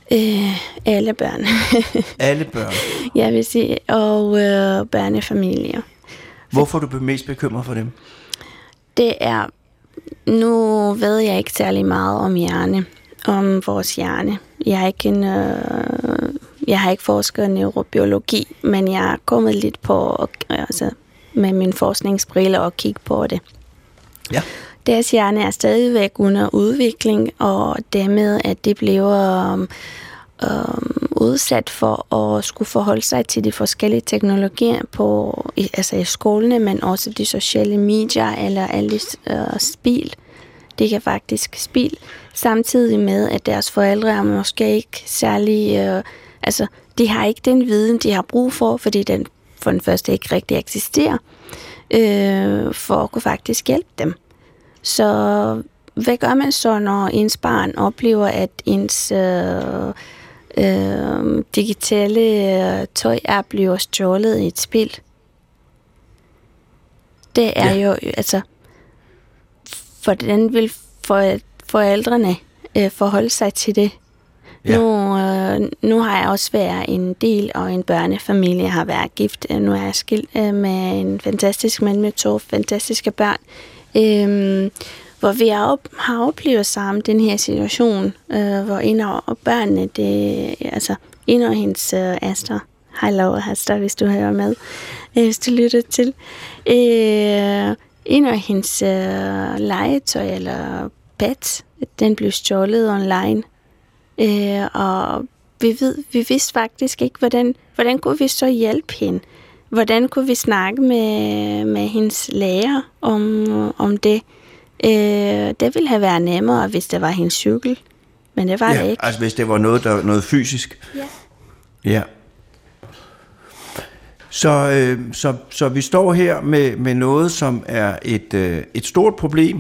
C: Øh, alle børn.
B: Alle børn?
C: Jeg vil sige, og øh, børnefamilier.
B: Hvorfor er du mest bekymret for dem?
C: Det er, nu ved jeg ikke særlig meget om hjerne, om vores hjerne. Jeg har ikke, en, øh, jeg har ikke forsket i neurobiologi, men jeg er kommet lidt på, altså med min forskningsbriller og kigge på det.
B: Ja.
C: Deres hjerne er stadigvæk under udvikling, og dermed, at det bliver um, um, udsat for at skulle forholde sig til de forskellige teknologier på, altså i skolene, men også de sociale medier eller alle uh, spil. Det kan faktisk spil, samtidig med, at deres forældre er måske ikke særlig, uh, altså de har ikke den viden, de har brug for, fordi den for den første ikke rigtig eksisterer, uh, for at kunne faktisk hjælpe dem. Så hvad gør man så, når ens barn oplever, at ens øh, øh, digitale tøj er blevet stjålet i et spil? Det er ja. jo, altså, hvordan vil for, forældrene øh, forholde sig til det? Ja. Nu, øh, nu har jeg også været en del af en børnefamilie, jeg har været gift. Nu er jeg skilt øh, med en fantastisk mand med to fantastiske børn. Øh, hvor vi op, har oplevet sammen den her situation, øh, hvor en af børnene, det, altså en af hendes øh, Aster, hallo Aster, hvis du hører med, øh, hvis du lytter til, øh, en af hendes øh, legetøj eller pet, den blev stjålet online, øh, og vi, ved, vi vidste faktisk ikke, hvordan, hvordan kunne vi så hjælpe hende? Hvordan kunne vi snakke med, med hendes lærer om, om det? Øh, det ville have været nemmere, hvis det var hendes cykel, men det var
B: ja,
C: det ikke.
B: Altså hvis det var noget, der, noget fysisk.
C: Ja.
B: Ja. Så, øh, så, så vi står her med, med noget, som er et, øh, et stort problem,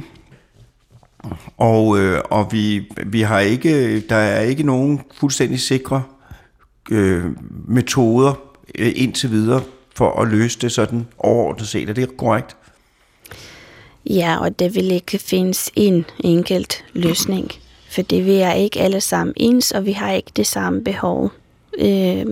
B: og, øh, og vi, vi har ikke, der er ikke nogen fuldstændig sikre øh, metoder øh, indtil videre for at løse det sådan overordnet set. Er det korrekt?
C: Ja, og det vil ikke findes en enkelt løsning, fordi vi er ikke alle sammen ens, og vi har ikke det samme behov. Øh,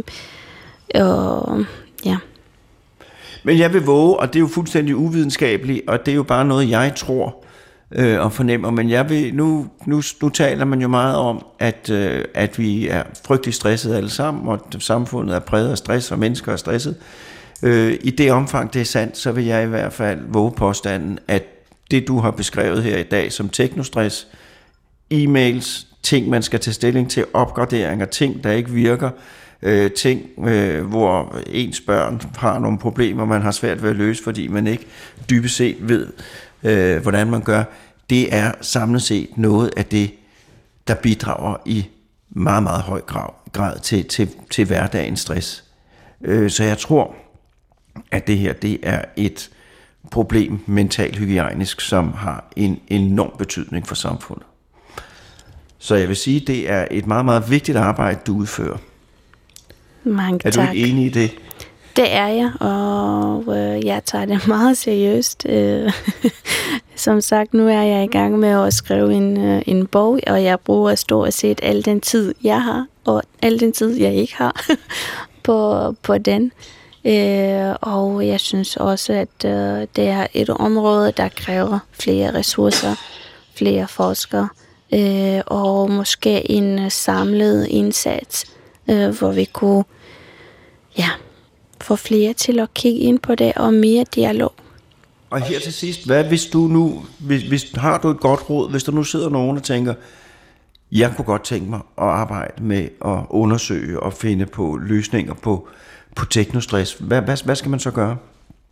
C: og ja.
B: Men jeg vil våge, og det er jo fuldstændig uvidenskabeligt, og det er jo bare noget, jeg tror øh, og fornemmer, men jeg vil, nu, nu, nu taler man jo meget om, at, øh, at vi er frygtelig stressede alle sammen, og samfundet er præget af stress, og mennesker er stresset. Øh, I det omfang, det er sandt, så vil jeg i hvert fald våge påstanden, at det, du har beskrevet her i dag som teknostress, e-mails, ting, man skal tage stilling til, opgraderinger, ting, der ikke virker, øh, ting, øh, hvor ens børn har nogle problemer, man har svært ved at løse, fordi man ikke dybest set ved, øh, hvordan man gør, det er samlet set noget af det, der bidrager i meget, meget høj grad, grad til, til, til hverdagens stress. Øh, så jeg tror, at det her, det er et problem mentalt hygiejnisk, som har en enorm betydning for samfundet. Så jeg vil sige, at det er et meget, meget vigtigt arbejde, du udfører.
C: Mange tak.
B: Er du ikke enig i det?
C: Det er jeg, og øh, jeg tager det meget seriøst. Øh, som sagt, nu er jeg i gang med at skrive en, øh, en bog, og jeg bruger stort set al den tid, jeg har, og al den tid, jeg ikke har, på, på den. Øh, og jeg synes også, at øh, det er et område, der kræver flere ressourcer, flere forskere, øh, og måske en samlet indsats, øh, hvor vi kunne ja, få flere til at kigge ind på det, og mere dialog.
B: Og her til sidst, hvad hvis du nu, hvis, hvis, har du et godt råd, hvis der nu sidder nogen og tænker, jeg kunne godt tænke mig at arbejde med at undersøge og finde på løsninger på på teknostress. Hvad, hvad, hvad skal man så gøre?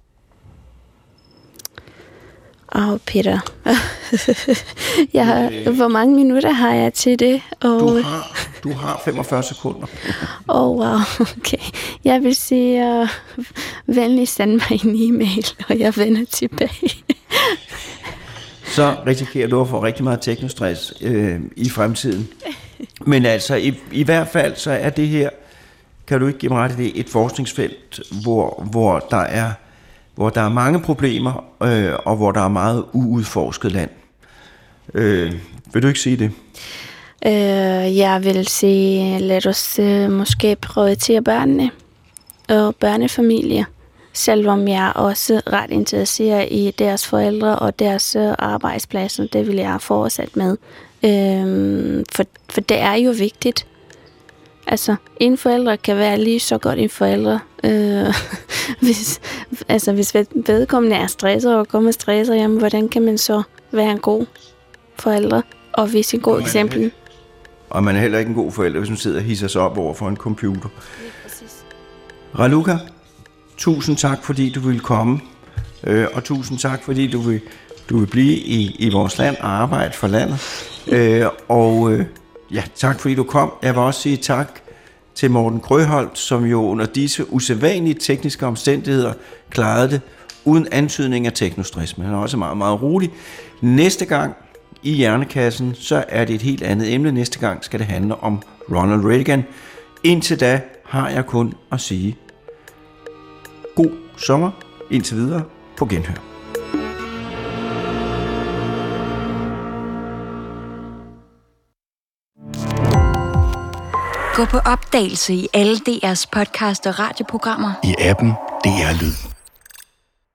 C: Åh, oh, Peter. jeg har, hvor mange minutter har jeg til det? Og
B: du, har, du har femogfyrre sekunder.
C: Åh, oh, wow. Okay. Jeg vil sige, uh, venligst send mig en e-mail, og jeg vender tilbage.
B: Så risikerer du at få rigtig meget teknostress øh, i fremtiden. Men altså, i, i hvert fald, så er det her, kan du ikke give mig ret i det, et forskningsfelt, hvor, hvor, der, er, hvor der er mange problemer, øh, og hvor der er meget uudforsket land. Øh, vil du ikke sige det?
C: Øh, jeg vil sige, lad os øh, måske prioritere børnene og børnefamilier, selvom jeg også er ret interesseret i deres forældre og deres øh, arbejdspladser. Det vil jeg fortsætte med. Øh, for, for det er jo vigtigt. Altså, en forælder kan være lige så godt en forælder. Øh, hvis, altså, hvis vedkommende er stresset og kommer stresset, jamen, hvordan kan man så være en god forælder og vise et godt eksempel?
B: Og man er heller ikke en god forælder, hvis man sidder og hisser sig op over for en computer. Raluca, tusind tak, fordi du ville komme. Øh, og tusind tak, fordi du vil, du vil blive i, i vores land og arbejde for landet. Øh, og øh, ja, tak fordi du kom. Jeg vil også sige tak til Morten Grøholt, som jo under disse usædvanlige tekniske omstændigheder klarede det uden antydning af teknostress. Men han er også meget, meget rolig. Næste gang i Hjernekassen, så er det et helt andet emne. Næste gang skal det handle om Ronald Reagan. Indtil da har jeg kun at sige god sommer. Indtil videre på genhør.
D: Gå på opdagelse i alle D R's podcast og radioprogrammer.
E: I appen D R Lyd.